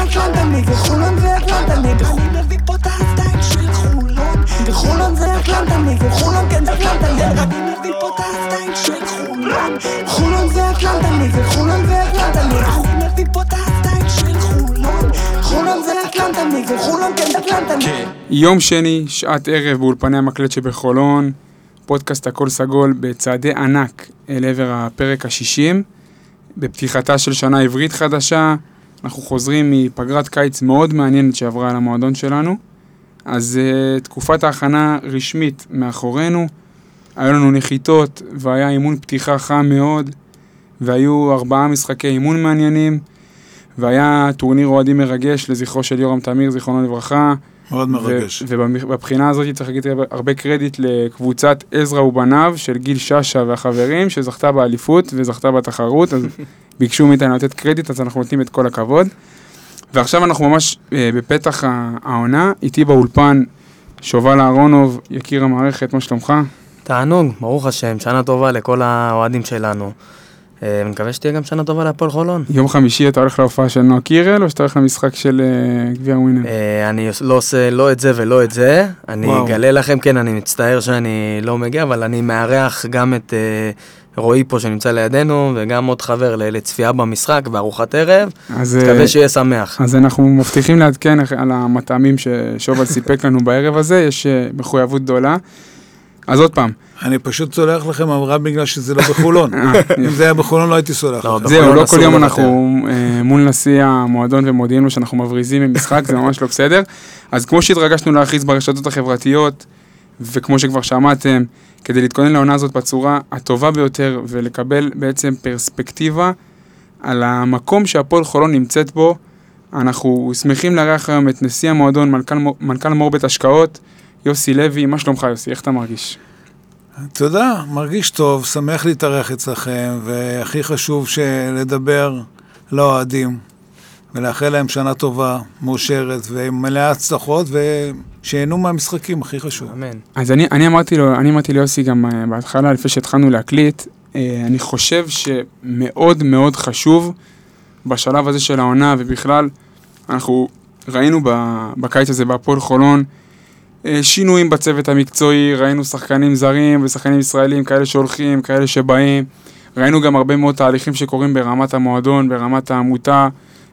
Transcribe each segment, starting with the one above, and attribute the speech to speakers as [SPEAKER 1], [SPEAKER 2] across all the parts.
[SPEAKER 1] אטלנטה, וחולון זה אטלנטה, אני מביא פה את הסטייל של חולון, וחולון זה אטלנטה, וחולון כן זה אטלנטה, אני מביא פה את הסטייל של חולון, חולון זה אטלנטה, וחולון זה אטלנטה, אני מביא פה את הסטייל של חולון, חולון זה אטלנטה, וחולון כן זה אטלנטה.
[SPEAKER 2] יום שני, שעת ערב באולפני המקלט שבחולון, פודקאסט הכל סגול בצעדי ענק אל עבר הפרק ה-60, בפתיחתה של שנה עברית חדשה. אנחנו חוזרים מפגרת קיץ מאוד מעניינת שעברה על המועדון שלנו, אז תקופת ההכנה רשמית מאחורינו, היו לנו נחיתות והיה אימון פתיחה חם מאוד, והיו 4 משחקי אימון מעניינים, והיה טורניר אוהדים מרגש לזכרו של יורם תמיר, זיכרונו לברכה.
[SPEAKER 3] מאוד מרגש.
[SPEAKER 2] ובבחינה הזאת צריך להגיד הרבה קרדיט לקבוצת עזרא ובניו של גיל ששה והחברים, שזכתה באליפות וזכתה בתחרות, אז ביקשו מאיתנו לתת קרדיט, אז אנחנו נותנים את כל הכבוד. ועכשיו אנחנו ממש בפתח העונה, איתי באולפן שובל אהרונוב, יקיר המערכת, מה שלומך?
[SPEAKER 4] תענוג, ברוך השם, שנה טובה לכל האוהדים שלנו. אני מקווה שתהיה גם שנה טובה להפועל חולון.
[SPEAKER 2] יום חמישי אתה הולך להופעה של נועה קירל, או שאתה הולך למשחק של גביע ווינר?
[SPEAKER 4] אני לא עושה לא את זה ולא את זה. אני אגלה לכם, כן, אני מצטער שאני לא מגיע, אבל אני מארח גם את רועי פה שנמצא לידינו, וגם עוד חבר לצפייה במשחק בארוחת ערב. מקווה שיהיה שמח.
[SPEAKER 2] אז אנחנו מבטיחים לעדכן על המטעמים ששובל סיפק לנו בערב הזה, יש מחויבות גדולה. אז עוד פעם.
[SPEAKER 3] אני פשוט סולח לכם, אבל רק בגלל שזה לא בחולון. אם זה היה בחולון, לא הייתי סולח לכם.
[SPEAKER 2] זהו, לא כל יום אנחנו מול נשיא המועדון ומודיעים לו שאנחנו מבריזים ממשחק, זה ממש לא בסדר. אז כמו שהתרגשנו להכריז ברשתות החברתיות, וכמו שכבר שמעתם, כדי להתכונן לעונה הזאת בצורה הטובה ביותר, ולקבל בעצם פרספקטיבה על המקום שהפועל חולון נמצאת בו, אנחנו שמחים לארח היום את נשיא המועדון, מנכ"ל מורבט השקעות, יוסי לוי. מה שלומך יוסי? איך אתה מרגיש?
[SPEAKER 3] תודה, מרגיש טוב, שמח להתארח אצלכם, והכי חשוב לדבר לאוהדים, ולאחל להם שנה טובה, מאושרת, ומלאה הצלחות, ושיהנו מהמשחקים, הכי חשוב.
[SPEAKER 4] אמן.
[SPEAKER 2] אז אני אמרתי ליוסי גם בהתחלה, לפני שהתחלנו להקליט, אני חושב שמאוד מאוד חשוב בשלב הזה של העונה, ובכלל, אנחנו ראינו בקיץ הזה בהפועל חולון, שינויים בצוות המקצועי, ראינו שחקנים זרים ושחקנים ישראלים, כאלה שהולכים, כאלה שבאים, ראינו גם הרבה מאוד תהליכים שקורים ברמת המועדון, ברמת העמותה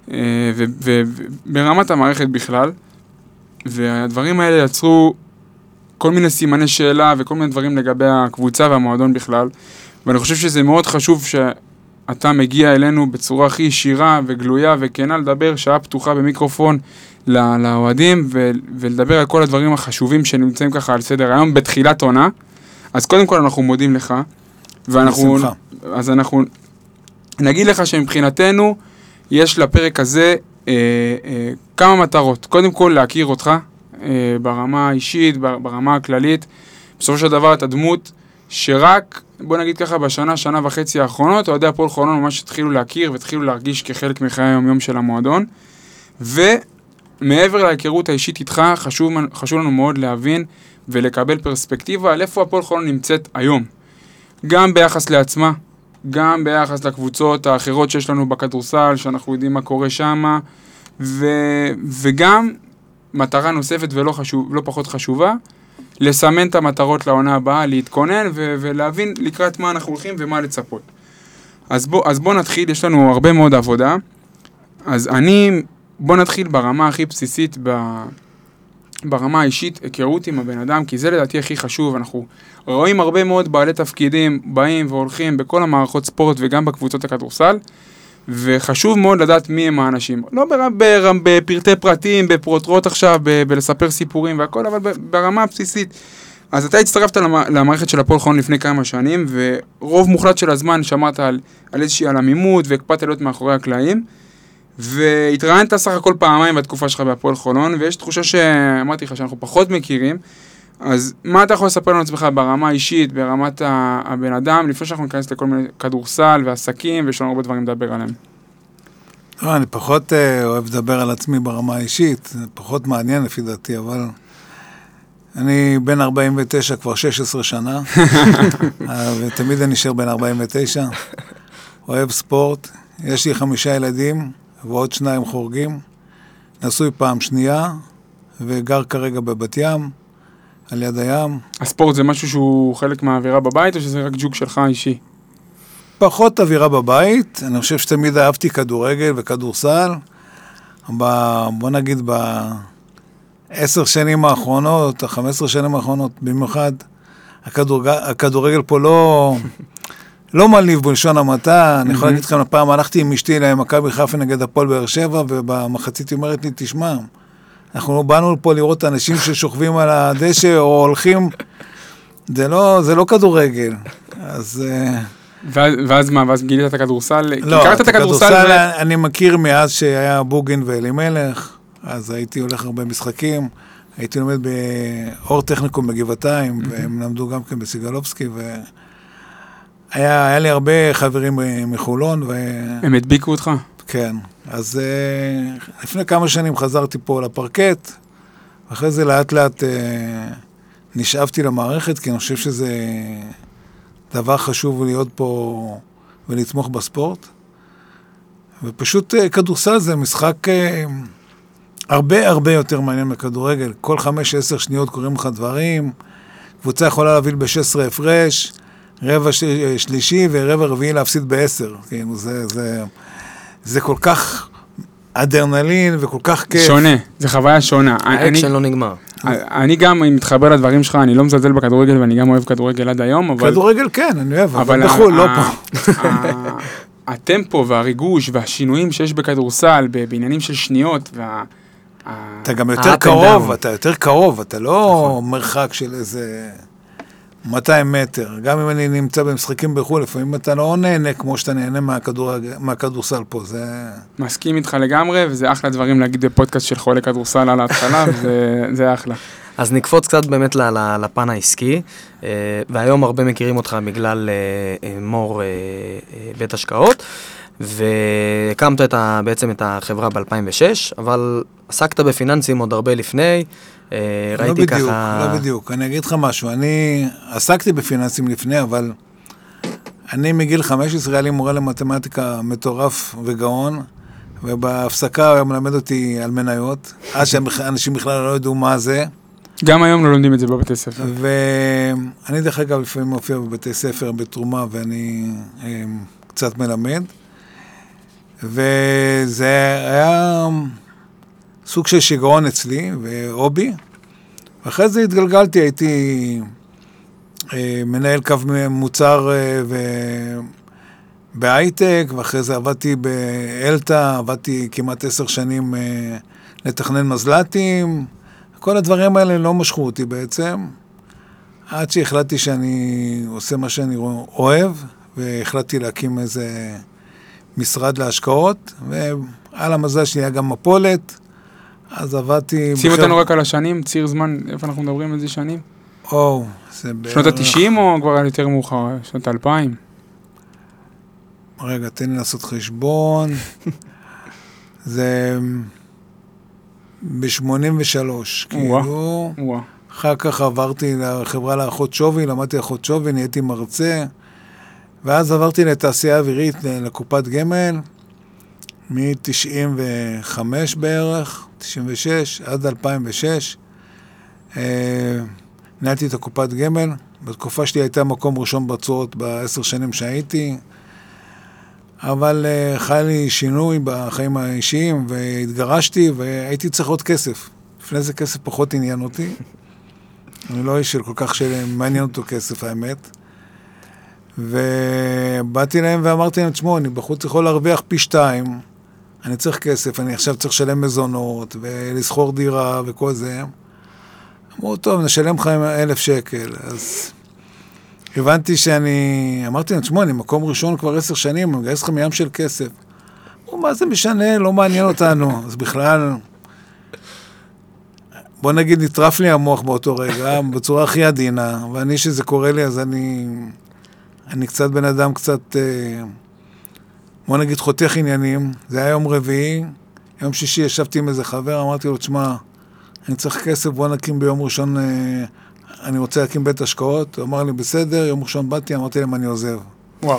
[SPEAKER 2] וברמת המערכת בכלל, והדברים האלה יצרו כל מיני סימני שאלה וכל מיני דברים לגבי הקבוצה והמועדון בכלל, ואני חושב שזה מאוד חשוב שאתה מגיע אלינו בצורה הכי ישירה וגלויה וכנה לדבר שעה פתוחה במיקרופון לאוהדים, ולדבר על כל הדברים החשובים שנמצאים ככה על סדר היום בתחילת עונה. אז קודם כל אנחנו מודים לך, אז אנחנו נגיד לך שמבחינתנו יש לפרק הזה כמה מטרות. קודם כל להכיר אותך ברמה האישית, ברמה הכללית. בסופו של דבר אתה דמות שרק, בוא נגיד ככה, שנה וחצי האחרונות, אוהדי הפועל חולון ממש התחילו להכיר והתחילו להרגיש כחלק מחיי היום-יום של המועדון. מעבר להיכרות האישית איתך, חשוב לנו מאוד להבין ולקבל פרספקטיבה על איפה הפועל חולון נמצאת היום. גם ביחס לעצמה, גם ביחס לקבוצות האחרות שיש לנו בכדורסל, שאנחנו יודעים מה קורה שם, וגם מטרה נוספת ולא פחות חשובה, לסמן את המטרות לעונה הבאה, להתכונן ולהבין לקראת מה אנחנו הולכים ומה לצפות. אז בוא נתחיל, יש לנו הרבה מאוד עבודה. אז בוא נתחיל ברמה הכי בסיסית, ברמה האישית, היכרות עם הבן אדם, כי זה לדעתי הכי חשוב. אנחנו רואים הרבה מאוד בעלי תפקידים, באים והולכים בכל המערכות ספורט וגם בקבוצות הכדורסל, וחשוב מאוד לדעת מי הם האנשים. לא בפרטי פרטים, בפרוטרוט עכשיו, בלספר סיפורים והכל, אבל ברמה הבסיסית. אז אתה הצטרפת למערכת של הפועל חולון לפני כמה שנים, ורוב מוחלט של הזמן שמעת על איזושהי עמימות והקפדת להיות מאחורי הקלעים, והתראיינת סך הכל פעמיים בתקופה שלך בהפועל חולון, ויש תחושה שאמרתי לך שאנחנו פחות מכירים. אז מה אתה יכול לספר לנו עצמך ברמה האישית, ברמת הבן אדם, לפני שאנחנו ניכנס לכל מיני כדורסל ועסקים, ויש לנו הרבה דברים לדבר עליהם?
[SPEAKER 3] אני פחות אוהב לדבר על עצמי ברמה האישית, זה פחות מעניין לפי דעתי, אבל אני בן 49 כבר 16 שנה, ותמיד אני נשאר בן 49, אוהב ספורט, יש לי 5 ילדים ועוד 2 חורגים, נשוי פעם שנייה, וגר כרגע בבת ים, על יד הים.
[SPEAKER 2] הספורט זה משהו שהוא חלק מהאווירה בבית, או שזה רק ג'וק שלך אישי?
[SPEAKER 3] פחות אווירה בבית, אני חושב שתמיד אהבתי כדורגל וכדורסל. בוא נגיד ב10 שנים האחרונות, 15 שנים האחרונות, במיוחד, הכדורגל פה לא מלניב בלשון המעטה. אני יכול להגיד לכם, הפעם הלכתי עם אשתי למכבי חיפה נגד הפועל באר שבע, ובמחצית היא אומרת לי, תשמע, אנחנו לא באנו פה לראות אנשים ששוכבים על הדשא או הולכים, זה לא כדורגל. אז...
[SPEAKER 2] ואז מה? ואז גילית את הכדורסל?
[SPEAKER 3] לא, את הכדורסל אני מכיר מאז שהיה בוגין ואלימלך, אז הייתי הולך הרבה משחקים, הייתי לומד באור טכניקום בגבעתיים, והם למדו גם כן בסיגלובסקי, והיה לי הרבה חברים מחולון.
[SPEAKER 2] הם הדביקו אותך?
[SPEAKER 3] כן, אז לפני כמה שנים חזרתי פה לפרקט, ואחרי זה לאט לאט נשאבתי למערכת, כי אני חושב שזה דבר חשוב להיות פה ולתמוך בספורט. ופשוט כדורסל זה משחק הרבה יותר מעניין מכדורגל. כל 5-10 שניות קוראים לך דברים, קבוצה יכולה להוביל ב-16 הפרש, רבע שלישי ורבע רביעי להפסיד ב-10. כאילו זה כל כך אדרנלין וכל כך כיף.
[SPEAKER 2] שונה, זה חוויה שונה.
[SPEAKER 4] האקשן לא נגמר.
[SPEAKER 2] אני גם מתחבר לדברים שלך, אני לא מזלזל בכדורגל ואני גם אוהב כדורגל עד היום, אבל...
[SPEAKER 3] כדורגל כן, אני אוהב, אבל בחו"ל, לא פה.
[SPEAKER 2] הטמפו והריגוש והשינויים שיש בכדורסל, בעניינים של שניות,
[SPEAKER 3] אתה גם יותר קרוב, אתה לא מרחק של איזה 200 מטר. גם אם אני נמצא במשחקים בחו"ל, לפעמים אתה לא נהנה כמו שאתה נהנה מהכדורסל פה.
[SPEAKER 2] מסכים איתך לגמרי, וזה אחלה דברים להגיד בפודקאסט של חולה כדורסל על ההתחלה, וזה אחלה.
[SPEAKER 4] אז נקפוץ קצת באמת לפן העסקי, והיום הרבה מכירים אותך בגלל מור בית השקעות, והקמת בעצם את החברה ב-2006, אבל עסקת בפיננסים עוד הרבה לפני, ראיתי ככה...
[SPEAKER 3] לא בדיוק, אני אגיד לך משהו, אני עסקתי בפיננסים לפני, אבל אני מגיל 15 היה לי מורה למתמטיקה מטורף וגאון, ובהפסקה הוא מלמד אותי על מניות, אז שאנשים בכלל לא ידעו מה זה.
[SPEAKER 2] גם היום לא לומדים את זה בבתי ספר.
[SPEAKER 3] ואני דרך אגב לפעמים מופיע בבתי ספר בתרומה, ואני קצת מלמד. וזה היה סוג של שיגעון אצלי, והובי. ואחרי זה התגלגלתי, הייתי מנהל קו מוצר בהייטק, ואחרי זה עבדתי באלטה, עבדתי כמעט 10 שנים לתכנן מזל"טים. כל הדברים האלה לא משכו אותי בעצם, עד שהחלטתי שאני עושה מה שאני אוהב, והחלטתי להקים איזה משרד להשקעות, ועל המזל שלי היה גם מפולת, אז עבדתי...
[SPEAKER 2] שים אותנו רק על השנים, ציר זמן, איפה אנחנו מדברים על זה שנים?
[SPEAKER 3] זה בערך...
[SPEAKER 2] שנות ה-90 או כבר יותר מאוחר, שנות ה-2000?
[SPEAKER 3] רגע, תן לי לעשות חשבון. זה... ב-83, כאילו, אחר כך עברתי לחברה לאחות שווי, למדתי אחות שווי, נהייתי מרצה, ואז עברתי לתעשייה אווירית, לקופת גמל, מ-95 בערך, 96, עד 2006, נהייתי את הקופת גמל, בתקופה שלי הייתה מקום ראשון בצורות ב10 שנים שהייתי, אבל חי לי שינוי בחיים האישיים, והתגרשתי, והייתי צריך עוד כסף. לפני זה כסף פחות עניין אותי. אני לא איש של כל כך שמעניין אותו כסף, האמת. ובאתי להם ואמרתי להם, תשמעו, אני בחוץ יכול להרוויח פי 2, אני צריך כסף, אני עכשיו צריך לשלם מזונות, ולסחור דירה וכל זה. אמרו, טוב, נשלם לך 1,000 שקל, אז... הבנתי שאני, אמרתי להם, תשמעו, אני מקום ראשון כבר 10 שנים, אני מגייס לך מים של כסף. מה זה משנה, לא מעניין אותנו. אז בכלל, בוא נגיד, נטרף לי המוח באותו רגע, בצורה הכי עדינה, ואני שזה קורה לי, אז אני קצת בן אדם, קצת, בוא נגיד, חותך עניינים. זה היה יום רביעי, יום שישי ישבתי עם איזה חבר, אמרתי לו, תשמע, אני צריך כסף, בוא נקים ביום ראשון... אני רוצה להקים בית השקעות, הוא אמר לי, בסדר, יום ראשון באתי, אמרתי להם, אני עוזב.
[SPEAKER 2] וואו.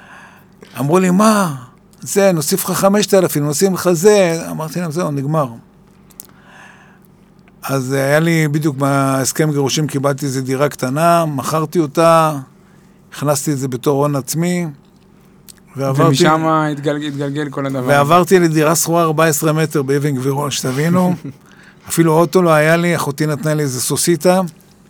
[SPEAKER 3] אמרו לי, מה? זה, נוסיף לך 5,000, נוסיף לך זה, אמרתי להם, זהו, נגמר. אז היה לי בדיוק בהסכם גירושים, קיבלתי איזו דירה קטנה, מכרתי אותה, הכנסתי את זה בתור הון עצמי,
[SPEAKER 2] ומשם התגלגל כל הדבר.
[SPEAKER 3] ועברתי לדירה שכורה 14 מטר באבן גבירול, שתבינו, אפילו אוטו לא היה לי, אחותי נתנה לי איזה סוסיטה,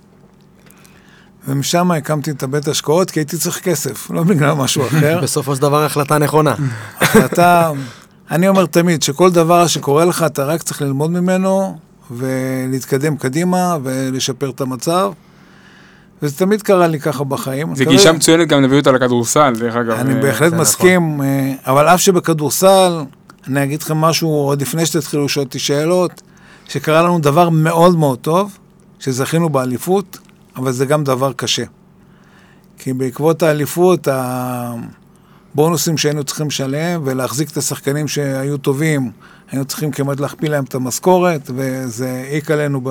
[SPEAKER 3] ומשם הקמתי את הבית השקעות, כי הייתי צריך כסף, לא בגלל משהו אחר.
[SPEAKER 4] בסופו של דבר החלטה נכונה.
[SPEAKER 3] אני אומר תמיד, שכל דבר שקורה לך, אתה רק צריך ללמוד ממנו, ולהתקדם קדימה, ולשפר את המצב. וזה תמיד קרה לי ככה בחיים.
[SPEAKER 2] זה גישה מצוינת גם להביא אותה לכדורסל, דרך אגב.
[SPEAKER 3] אני בהחלט מסכים, אבל אף שבכדורסל, אני אגיד לכם משהו, עוד לפני שתתחילו לשאול אותי שאלות, שקרה לנו דבר מאוד מאוד טוב, שזכינו באליפות, אבל זה גם דבר קשה. כי בעקבות האליפות, הבונוסים שהיינו צריכים לשלם, ולהחזיק את השחקנים שהיו טובים, היינו צריכים כמעט להכפיל להם את המשכורת, וזה העיק עלינו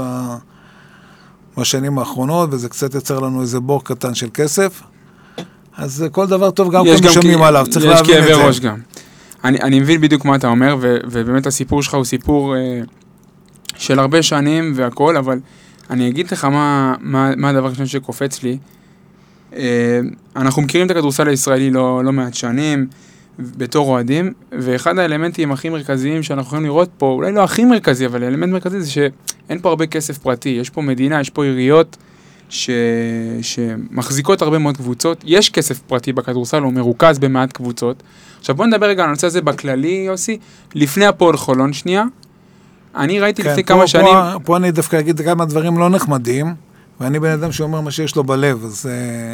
[SPEAKER 3] בשנים האחרונות, וזה קצת יצר לנו איזה בור קטן של כסף. אז כל דבר טוב גם כאן משלמים עליו, צריך להבין את זה.
[SPEAKER 2] יש כאבי ראש גם. אני מבין בדיוק מה אתה אומר, ובאמת הסיפור שלך הוא סיפור של הרבה שנים והכל, אבל אני אגיד לך מה הדבר ראשון שקופץ לי. אנחנו מכירים את הכדורסל הישראלי לא מעט שנים, בתור אוהדים, ואחד האלמנטים הכי מרכזיים שאנחנו יכולים לראות פה, אולי לא הכי מרכזי, אבל האלמנט מרכזי זה שאין פה הרבה כסף פרטי, יש פה מדינה, יש פה עיריות שמחזיקות הרבה מאוד קבוצות, יש כסף פרטי בכדורסל, הוא מרוכז במעט קבוצות. עכשיו בוא נדבר רגע על הנושא הזה בכללי, יוסי, לפני הפועל חולון שנייה, אני ראיתי לפני כמה שנים...
[SPEAKER 3] פה אני דווקא אגיד כמה דברים לא נחמדים, ואני בן אדם שאומר מה שיש לו בלב, אז...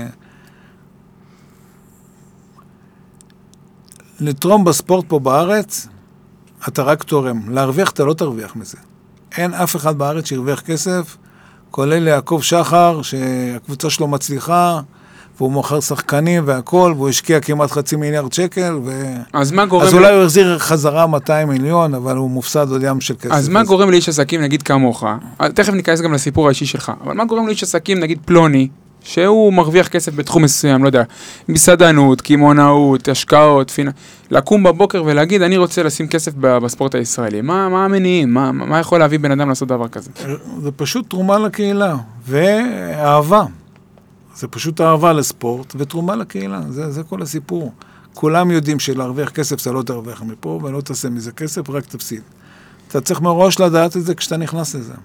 [SPEAKER 3] לתרום בספורט פה בארץ, אתה רק תורם. להרוויח, אתה לא תרוויח מזה. אין אף אחד בארץ שירוויח כסף, כולל יעקב שחר, שהקבוצה שלו מצליחה, והוא מוכר שחקנים והכל, והוא השקיע כמעט 500 מיליארד שקל,
[SPEAKER 2] אז מה גורם...
[SPEAKER 3] אז אולי הוא החזיר חזרה 200 מיליון, אבל הוא מופסד עוד ים של כסף.
[SPEAKER 2] אז מה גורם לאיש עסקים, נגיד כמוך? תכף ניכנס גם לסיפור האישי שלך, אבל מה גורם לאיש עסקים, נגיד פלוני, שהוא מרוויח כסף בתחום מסוים, לא יודע, מסעדנות, קימונאות, השקעות, לקום בבוקר ולהגיד, אני רוצה לשים כסף בספורט הישראלי. מה המניעים? מה יכול להביא בן אדם לעשות דבר כזה?
[SPEAKER 3] זה פשוט תרומה לקהילה, ואהבה. זה פשוט אהבה לספורט, ותרומה לקהילה. זה כל הסיפור. כולם יודעים שלהרוויח כסף, אתה לא תרוויח מפה, ולא תעשה מזה כסף, רק תפסיד. אתה צריך מראש לדעת את זה כשאתה נכנס לזה.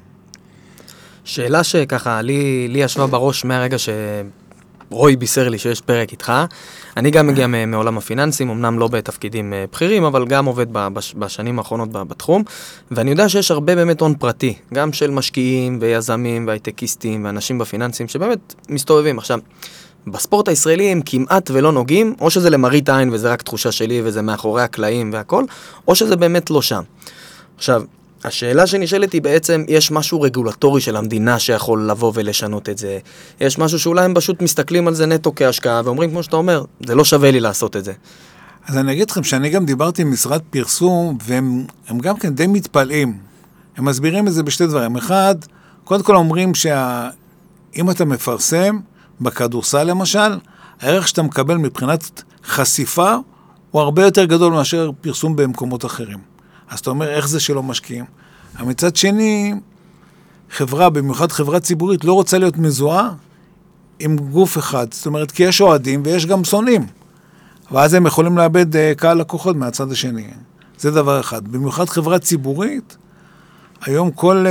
[SPEAKER 4] שאלה שככה, לי ישבה בראש מהרגע שרוי בישר לי שיש פרק איתך. אני גם מגיע מעולם הפיננסים, אמנם לא בתפקידים בכירים, אבל גם עובד בשנים האחרונות בתחום, ואני יודע שיש הרבה באמת הון פרטי, גם של משקיעים ויזמים והייטקיסטים ואנשים בפיננסים שבאמת מסתובבים. עכשיו, בספורט הישראלי הם כמעט ולא נוגעים, או שזה למראית עין וזה רק תחושה שלי וזה מאחורי הקלעים והכל, או שזה באמת לא שם. עכשיו, השאלה שנשאלת היא בעצם, יש משהו רגולטורי של המדינה שיכול לבוא ולשנות את זה. יש משהו שאולי הם פשוט מסתכלים על זה נטו כהשקעה, ואומרים כמו שאתה אומר, זה לא שווה לי לעשות את זה.
[SPEAKER 3] אז אני אגיד לכם שאני גם דיברתי עם משרד פרסום, והם גם כן די מתפלאים. הם מסבירים את זה בשתי דברים. אחד, קודם כל אומרים שאם אתה מפרסם, בכדורסל למשל, הערך שאתה מקבל מבחינת חשיפה, הוא הרבה יותר גדול מאשר פרסום במקומות אחרים. אז אתה אומר, איך זה שלא משקיעים? מצד שני, חברה, במיוחד חברה ציבורית, לא רוצה להיות מזוהה עם גוף אחד. זאת אומרת, כי יש אוהדים ויש גם שונאים. ואז הם יכולים לאבד קהל לקוחות מהצד השני. זה דבר אחד. במיוחד חברה ציבורית, היום כל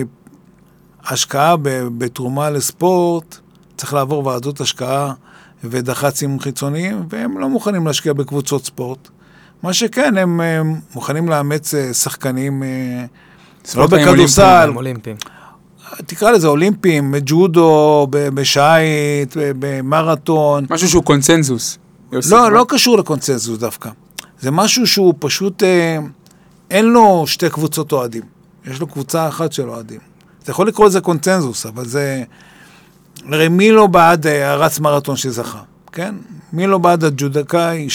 [SPEAKER 3] השקעה בתרומה לספורט, צריך לעבור ועדות השקעה ודח"צים חיצוניים, והם לא מוכנים להשקיע בקבוצות ספורט. מה שכן, הם מוכנים לאמץ שחקנים, לא בכדורסל, תקרא לזה אולימפיים, בג'ודו, בשייט, במרתון.
[SPEAKER 2] משהו שהוא קונצנזוס.
[SPEAKER 3] לא קשור לקונצנזוס דווקא. זה משהו שהוא פשוט, אין לו שתי קבוצות אוהדים. יש לו קבוצה אחת של אוהדים. אתה יכול לקרוא לזה קונצנזוס, אבל זה... הרי מי לא בעד הרץ מרתון שזכה? כן? מי לא בעד הג'ודקאי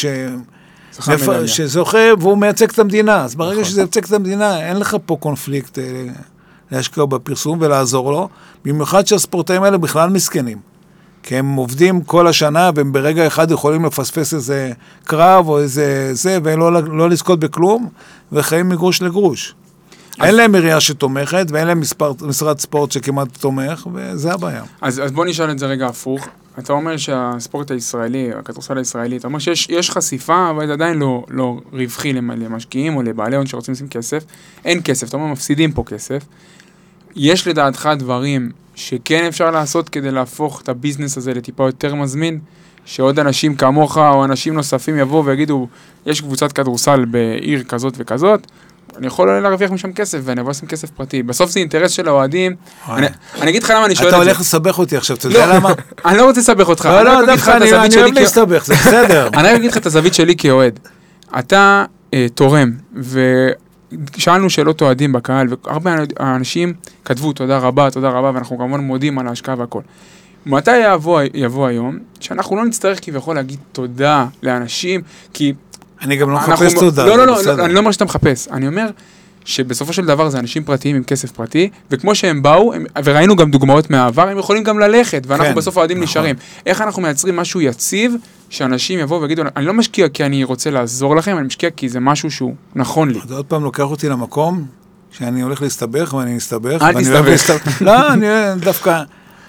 [SPEAKER 3] שזוכה והוא מייצג את המדינה? אז ברגע שזה מייצג את המדינה, אין לך פה קונפליקט להשקיע בפרסום ולעזור לו, במיוחד שהספורטאים האלה בכלל מסכנים. כי הם עובדים כל השנה, והם ברגע אחד יכולים לפספס איזה קרב או איזה זה, ולא לזכות בכלום, וחיים מגרוש לגרוש. אין להם עירייה שתומכת, ואין להם משרד ספורט שכמעט תומך, וזה הבעיה.
[SPEAKER 2] אז בוא נשאל את זה רגע הפוך. אתה אומר שהספורט הישראלי, הכדורסל הישראלי, אתה אומר שיש חשיפה, אבל זה עדיין לא רווחי למשקיעים או לבעלי הון שרוצים לשים כסף. אין כסף, אתה אומר, מפסידים פה כסף. יש לדעתך דברים שכן אפשר לעשות כדי להפוך את הביזנס הזה לטיפה יותר מזמין, שעוד אנשים כמוך או אנשים נוספים יבואו ויגידו, יש קבוצת כדורסל בעיר כזאת וכזאת, אני יכול להרוויח משם כסף, ואני אבוא לשים כסף פרטי. בסוף זה אינטרס של האוהדים. אני אגיד לך למה אני שואל את זה.
[SPEAKER 3] אתה הולך לסבך אותי עכשיו, אתה יודע למה?
[SPEAKER 2] אני לא רוצה לסבך אותך.
[SPEAKER 3] לא, דווקא אני אוהב להסתבך, זה בסדר.
[SPEAKER 2] אני אגיד לך את הזווית שלי כאוהד. אתה תורם, ושאלנו שאלות אוהדים בקהל, והרבה אנשים כתבו תודה רבה, ואנחנו כמובן מודים על ההשקעה והכל. מתי יבוא היום, שאנחנו לא נצטרך כביכול להגיד תודה לאנשים, כי
[SPEAKER 3] אני גם לא מחפש תודה.
[SPEAKER 2] לא, אני לא אומר שאתה מחפש. אני אומר שבסופו של דבר זה אנשים פרטיים עם כסף פרטי, וכמו שהם באו, וראינו גם דוגמאות מהעבר, הם יכולים גם ללכת, ואנחנו בסוף האוהדים נשארים. איך אנחנו מייצרים משהו יציב, שאנשים יבואו ויגידו, אני לא משקיע כי אני רוצה לעזור לכם, אני משקיע כי זה משהו שהוא נכון לי.
[SPEAKER 3] אתה עוד פעם לוקח אותי למקום, שאני הולך להסתבך, ואני מסתבך.
[SPEAKER 2] אל תסתבך.
[SPEAKER 3] לא, אני דווקא...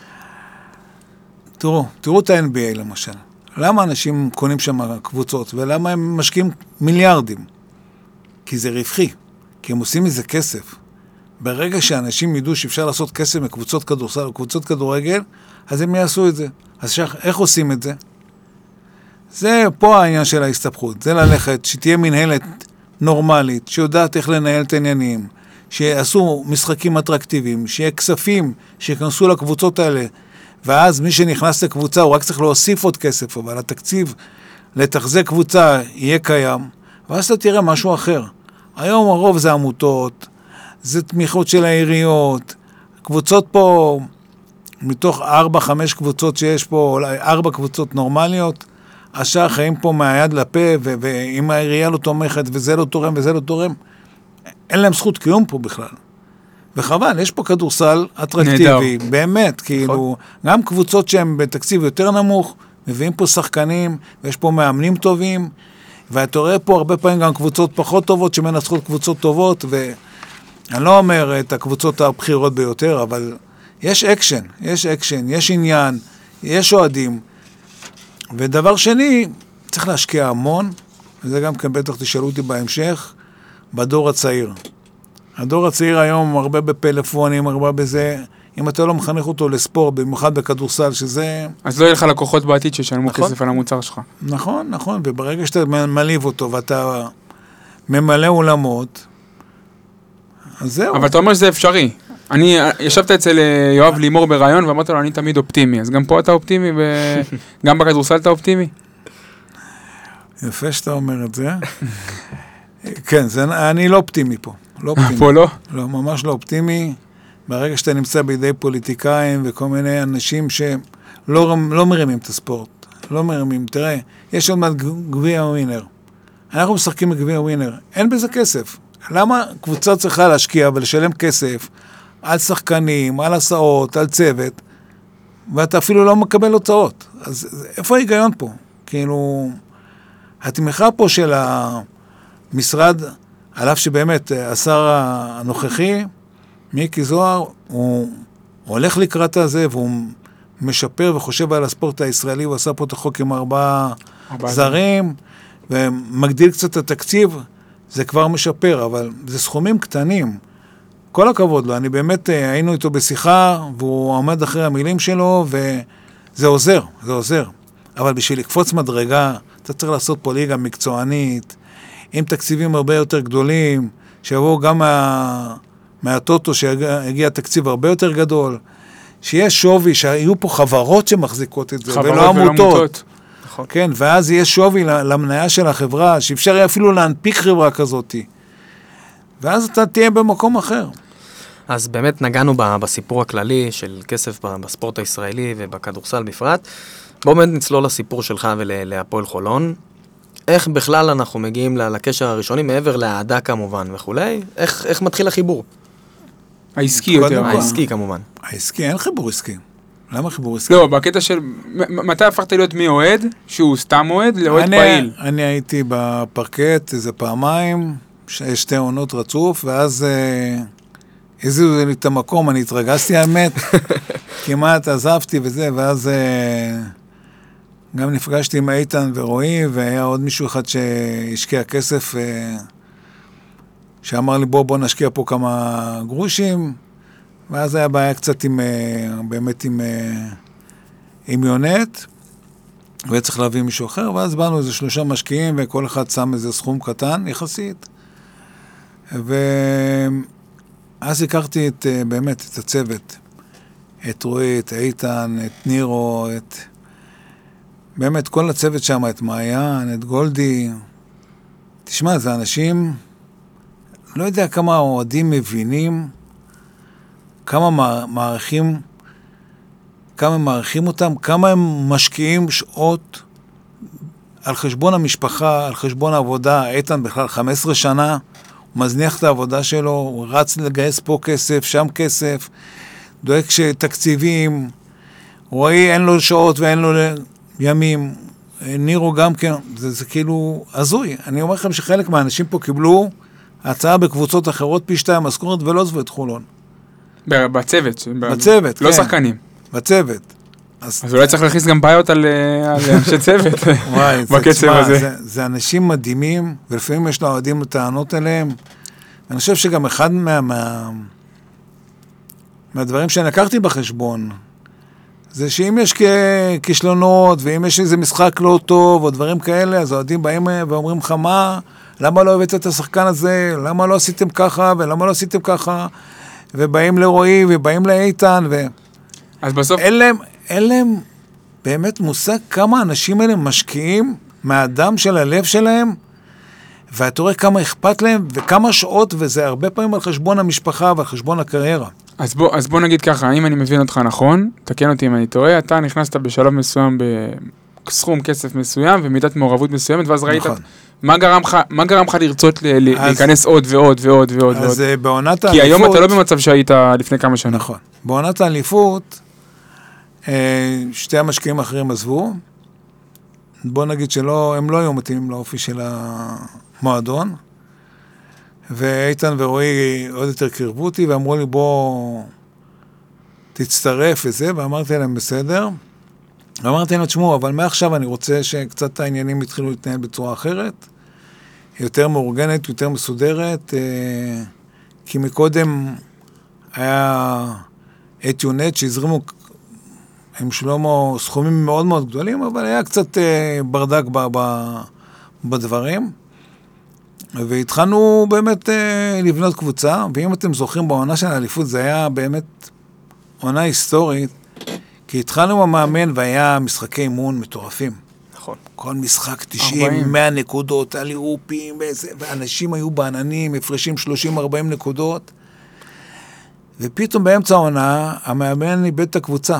[SPEAKER 3] תראו את ה-NBA למשל. למה אנשים קונים שם קבוצות, ולמה הם משקיעים מיליארדים? כי זה רווחי, כי הם עושים מזה כסף. ברגע שאנשים ידעו שאפשר לעשות כסף מקבוצות כדורסל או קבוצות כדורגל, אז הם יעשו את זה. אז איך עושים את זה? זה פה העניין של ההסתבכות. זה ללכת, שתהיה מנהלת נורמלית, שיודעת איך לנהל את העניינים, שיעשו משחקים אטרקטיביים, שיהיה כספים שיכנסו לקבוצות האלה, ואז מי שנכנס לקבוצה, הוא רק צריך להוסיף עוד כסף, אבל התקציב לתחזק קבוצה יהיה קיים, ואז אתה תראה משהו אחר. היום הרוב זה עמותות, זה תמיכות של העיריות, קבוצות פה, מתוך 4-5 קבוצות שיש פה, אולי 4 קבוצות נורמליות, השאר חיים פה מהיד לפה, ואם העירייה לא תומכת, וזה לא תורם וזה לא תורם, אין להם זכות קיום פה בכלל. וחבל, יש פה כדורסל אטרקטיבי, באמת, כאילו, גם קבוצות שהן בתקציב יותר נמוך, מביאים פה שחקנים, ויש פה מאמנים טובים, ואתה רואה פה הרבה פעמים גם קבוצות פחות טובות, שמנצחות קבוצות טובות, ואני לא אומר את הקבוצות הבחירות ביותר, אבל יש אקשן, יש עניין, יש אוהדים, ודבר שני, צריך להשקיע המון, וזה גם כן בטח תשאלו אותי בהמשך, בדור הצעיר. הדור הצעיר היום הרבה בפלאפונים, הרבה בזה, אם אתה לא מחנך אותו לספורט, במיוחד בכדורסל, שזה...
[SPEAKER 2] אז לא יהיה לך לקוחות בעתיד ששלמו כסף על המוצר שלך.
[SPEAKER 3] נכון, וברגע שאתה מליב אותו, ואתה ממלא אולמות, אז זהו.
[SPEAKER 2] אבל אתה אומר שזה אפשרי. אני ישבת אצל יואב לימור ברעיון, ואמרת לו, אני תמיד אופטימי. אז גם פה אתה אופטימי, וגם בכדורסל אתה אופטימי?
[SPEAKER 3] יפה שאתה אומר את זה. כן, אני לא אופטימי פה.
[SPEAKER 2] פה לא?
[SPEAKER 3] לא, ממש לא אופטימי. ברגע שאתה נמצא בידי פוליטיקאים וכל מיני אנשים שלא מרימים את הספורט. לא מרימים. תראה, יש עוד מעט גביע ווינר. אנחנו משחקים בגביע ווינר. אין בזה כסף. למה קבוצה צריכה להשקיע ולשלם כסף על שחקנים, על הסעות, על צוות, ואתה אפילו לא מקבל הוצאות? אז איפה ההיגיון פה? כאילו, התמיכה פה של המשרד, על אף שבאמת השר הנוכחי, מיקי זוהר, הוא הולך לקראת הזה, והוא משפר וחושב על הספורט הישראלי, הוא עשה פה את החוק עם 4 זרים, ומגדיל קצת את התקציב, זה כבר משפר, אבל זה סכומים קטנים. כל הכבוד לו, אני באמת היינו איתו בשיחה, והוא עומד אחרי המילים שלו, וזה עוזר, זה עוזר. אבל בשביל לקפוץ מדרגה, אתה צריך לעשות פה ליגה מקצוענית, עם תקציבים הרבה יותר גדולים, שיבואו גם מהטוטו שהגיע תקציב הרבה יותר גדול, שיש שווי, שיהיו פה חברות שמחזיקות את זה, ולא עמותות.
[SPEAKER 2] נכון.
[SPEAKER 3] כן, ואז יש שווי למניה של החברה, שאפשר אפילו להנפיק חברה כזאת. ואז אתה תהיה במקום אחר.
[SPEAKER 4] אז באמת נגענו בסיפור הכללי של כסף בספורט הישראלי ובכדורסל בפרט. בואו באמת נצלול לסיפור שלך ולהפועל חולון. איך בכלל אנחנו מגיעים לקשר הראשוני, מעבר להעדה כמובן וכולי? איך מתחיל החיבור?
[SPEAKER 2] העסקי יותר.
[SPEAKER 4] העסקי כמובן.
[SPEAKER 3] העסקי, אין חיבור עסקי. למה חיבור עסקי?
[SPEAKER 2] לא, בקטע של... מתי הפכת להיות מאוהד, שהוא סתם אוהד, לאוהד פעיל?
[SPEAKER 3] אני הייתי בפרקט איזה פעמיים, שתי עונות רצוף, ואז הזיזו לי את המקום, אני התרגשתי האמת, כמעט עזבתי וזה, ואז גם נפגשתי עם איתן ורועי, והיה עוד מישהו אחד שהשקיע כסף, שאמר לי בוא נשקיע פה כמה גרושים, ואז היה בעיה קצת באמת עם יונט, וצריך להביא מישהו אחר, ואז באנו איזה 3 משקיעים, וכל אחד שם איזה סכום קטן יחסית, ואז הכרתי באמת את הצוות, את רועי, את איתן, את נירו, באמת כל הצוות שם, את מעיין, את גולדי. תשמע, זה אנשים, לא יודע כמה אוהדים מבינים, כמה מעריכים אותם, כמה הם משקיעים שעות על חשבון המשפחה, על חשבון העבודה. איתן בכלל 15 שנה, הוא מזניח את העבודה שלו, הוא רץ לגייס פה כסף, שם כסף, דואג שתקציבים, רועי אין לו שעות ואין לו ימים, נירו גם כן, זה כאילו הזוי. אני אומר לכם שחלק מהאנשים פה קיבלו הצעה בקבוצות אחרות פי 2 משכורת ולא עזבו את חולון.
[SPEAKER 2] בצוות.
[SPEAKER 3] בצוות,
[SPEAKER 2] לא
[SPEAKER 3] כן.
[SPEAKER 2] שחקנים.
[SPEAKER 3] בצוות.
[SPEAKER 2] אז אולי צריך להכניס גם בעיות על אנשי צוות בקצב הזה.
[SPEAKER 3] זה אנשים מדהימים, ולפעמים יש לאוהדים לטענות אליהם. אני חושב שגם אחד מהדברים שאני לקחתי בחשבון, זה שאם יש כישלונות, ואם יש איזה משחק לא טוב, או דברים כאלה, אז האוהדים באים ואומרים לך, למה לא הבאת את השחקן הזה? למה לא עשיתם ככה, ולמה לא עשיתם ככה? ובאים לרועי, ובאים לאיתן,
[SPEAKER 2] אז בסוף...
[SPEAKER 3] אין להם באמת מושג כמה האנשים האלה משקיעים מהאדם של הלב שלהם, ואתה רואה כמה אכפת להם, וכמה שעות, וזה הרבה פעמים על חשבון המשפחה ועל חשבון הקריירה.
[SPEAKER 2] אז בוא נגיד ככה, אם אני מבין אותך נכון, תקן אותי אם אני טועה, אתה נכנסת בשלב מסוים בסכום כסף מסוים, ומידת מעורבות מסוימת, ואז ראית מה גרם לך לרצות להיכנס עוד ועוד ועוד ועוד?
[SPEAKER 3] אז בעונת האליפות...
[SPEAKER 2] כי היום אתה לא במצב שהיית לפני כמה שנים.
[SPEAKER 3] נכון. בעונת האליפות, 2 המשקיעים האחרים עזבו. בוא נגיד שהם לא היו מתאימים לאופי של המועדון. ואיתן ורועי עוד יותר קרבו אותי, ואמרו לי בוא תצטרף וזה, ואמרתי להם בסדר. ואמרתי להם, תשמעו, אבל מעכשיו אני רוצה שקצת העניינים יתחילו להתנהל בצורה אחרת, יותר מאורגנת, יותר מסודרת, כי מקודם היה את יונט שהזרימו עם שלמה סכומים מאוד מאוד גדולים, אבל היה קצת ברדק בדברים, והתחלנו באמת לבנות קבוצה, ואם אתם זוכרים בעונה של האליפות, זה היה באמת עונה היסטורית, כי התחלנו במאמן והיה משחקי אימון מטורפים.
[SPEAKER 2] נכון.
[SPEAKER 3] כל משחק 90, 100 נקודות, אליופים, ואנשים היו בעננים, הפרשים 30-40 נקודות, ופתאום באמצע העונה, המאמן איבד את הקבוצה.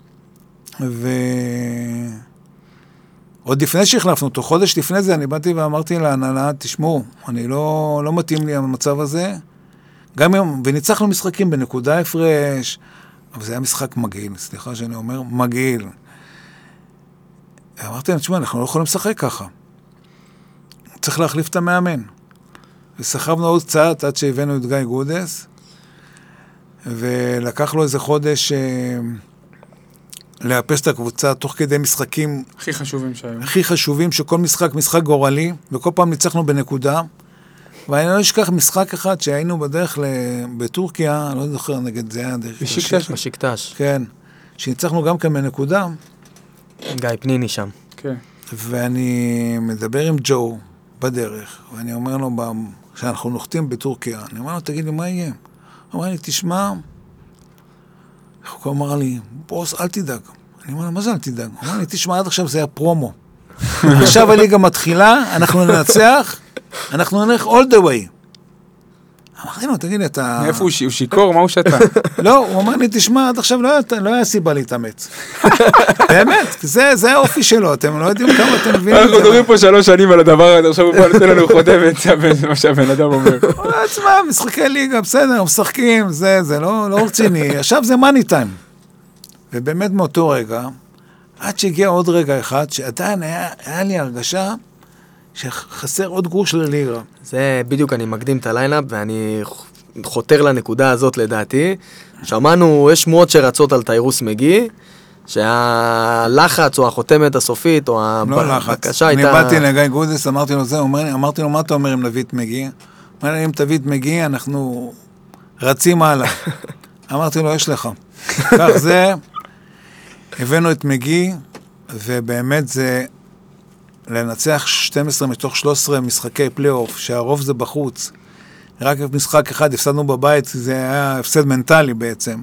[SPEAKER 3] עוד לפני שהחלפנו אותו, חודש לפני זה, אני באתי ואמרתי להנהלה, תשמעו, אני לא מתאים לי המצב הזה, גם אם, וניצחנו משחקים בנקודה הפרש, אבל זה היה משחק מגעיל, סליחה שאני אומר, מגעיל. אמרתי להם, תשמע, אנחנו לא יכולים לשחק ככה. צריך להחליף את המאמן. וסחבנו עוד קצת עד שהבאנו את גיא גודס, ולקח לו איזה חודש לאפס את הקבוצה תוך כדי משחקים
[SPEAKER 2] הכי חשובים שהיו.
[SPEAKER 3] הכי חשובים, שכל משחק גורלי, וכל פעם ניצחנו בנקודה. ואני לא אשכח משחק אחד שהיינו בדרך בטורקיה, אני לא זוכר נגד זה היה דרך...
[SPEAKER 4] בשקטש.
[SPEAKER 3] כן, שניצחנו גם כן בנקודה.
[SPEAKER 4] גיא פניני שם.
[SPEAKER 2] כן.
[SPEAKER 3] ואני מדבר עם ג'ו בדרך, ואני אומר לו, כשאנחנו נוחתים בטורקיה, אני אומר לו, תגיד לי, מה יהיה? הוא אומר לי, תשמע, הוא אמר לי, בוס, אל תדאג. אני אומר לו, מה זה אל תדאג? הוא אומר לי, תשמע, עד עכשיו זה היה פרומו. עכשיו הליגה מתחילה, אנחנו ננצח, אנחנו נלך all the way. אמרתי לו, תגיד לי, אתה...
[SPEAKER 2] מאיפה הוא שיקור? מה הוא שתה?
[SPEAKER 3] לא, הוא אמר לי, תשמע, עד עכשיו לא היה סיבה להתאמץ. באמת, זה האופי שלו, אתם לא יודעים כמה אתם מבינים את זה.
[SPEAKER 2] אנחנו מדברים פה 3 שנים על הדבר הזה, עכשיו הוא בא לתת לנו חותמת, זה מה שהבן אדם אומר.
[SPEAKER 3] תשמע, משחקי ליגה, בסדר, משחקים, זה לא רציני, עכשיו זה מאני טיים. ובאמת מאותו רגע, עד שהגיע עוד רגע אחד, שעדיין היה לי הרגשה שחסר עוד גרוש ללירה.
[SPEAKER 4] זה בדיוק, אני מקדים את הליינאפ, ואני חותר לנקודה הזאת לדעתי. שמענו, יש שמועות שרצות על טיירוס מגי, שהלחץ או החותמת הסופית, או הבקשה הייתה...
[SPEAKER 3] אני באתי לגיא גודס, אמרתי לו זה, אמרתי לו, מה אתה אומר אם נביא את מגי? אמר לי, אם תביא את מגי, אנחנו רצים הלאה. אמרתי לו, יש לך. כך זה, הבאנו את מגי, ובאמת זה לנצח 12 מתוך 13 משחקי פלייאוף, שהרוב זה בחוץ. רק משחק אחד הפסדנו בבית, זה היה הפסד מנטלי בעצם.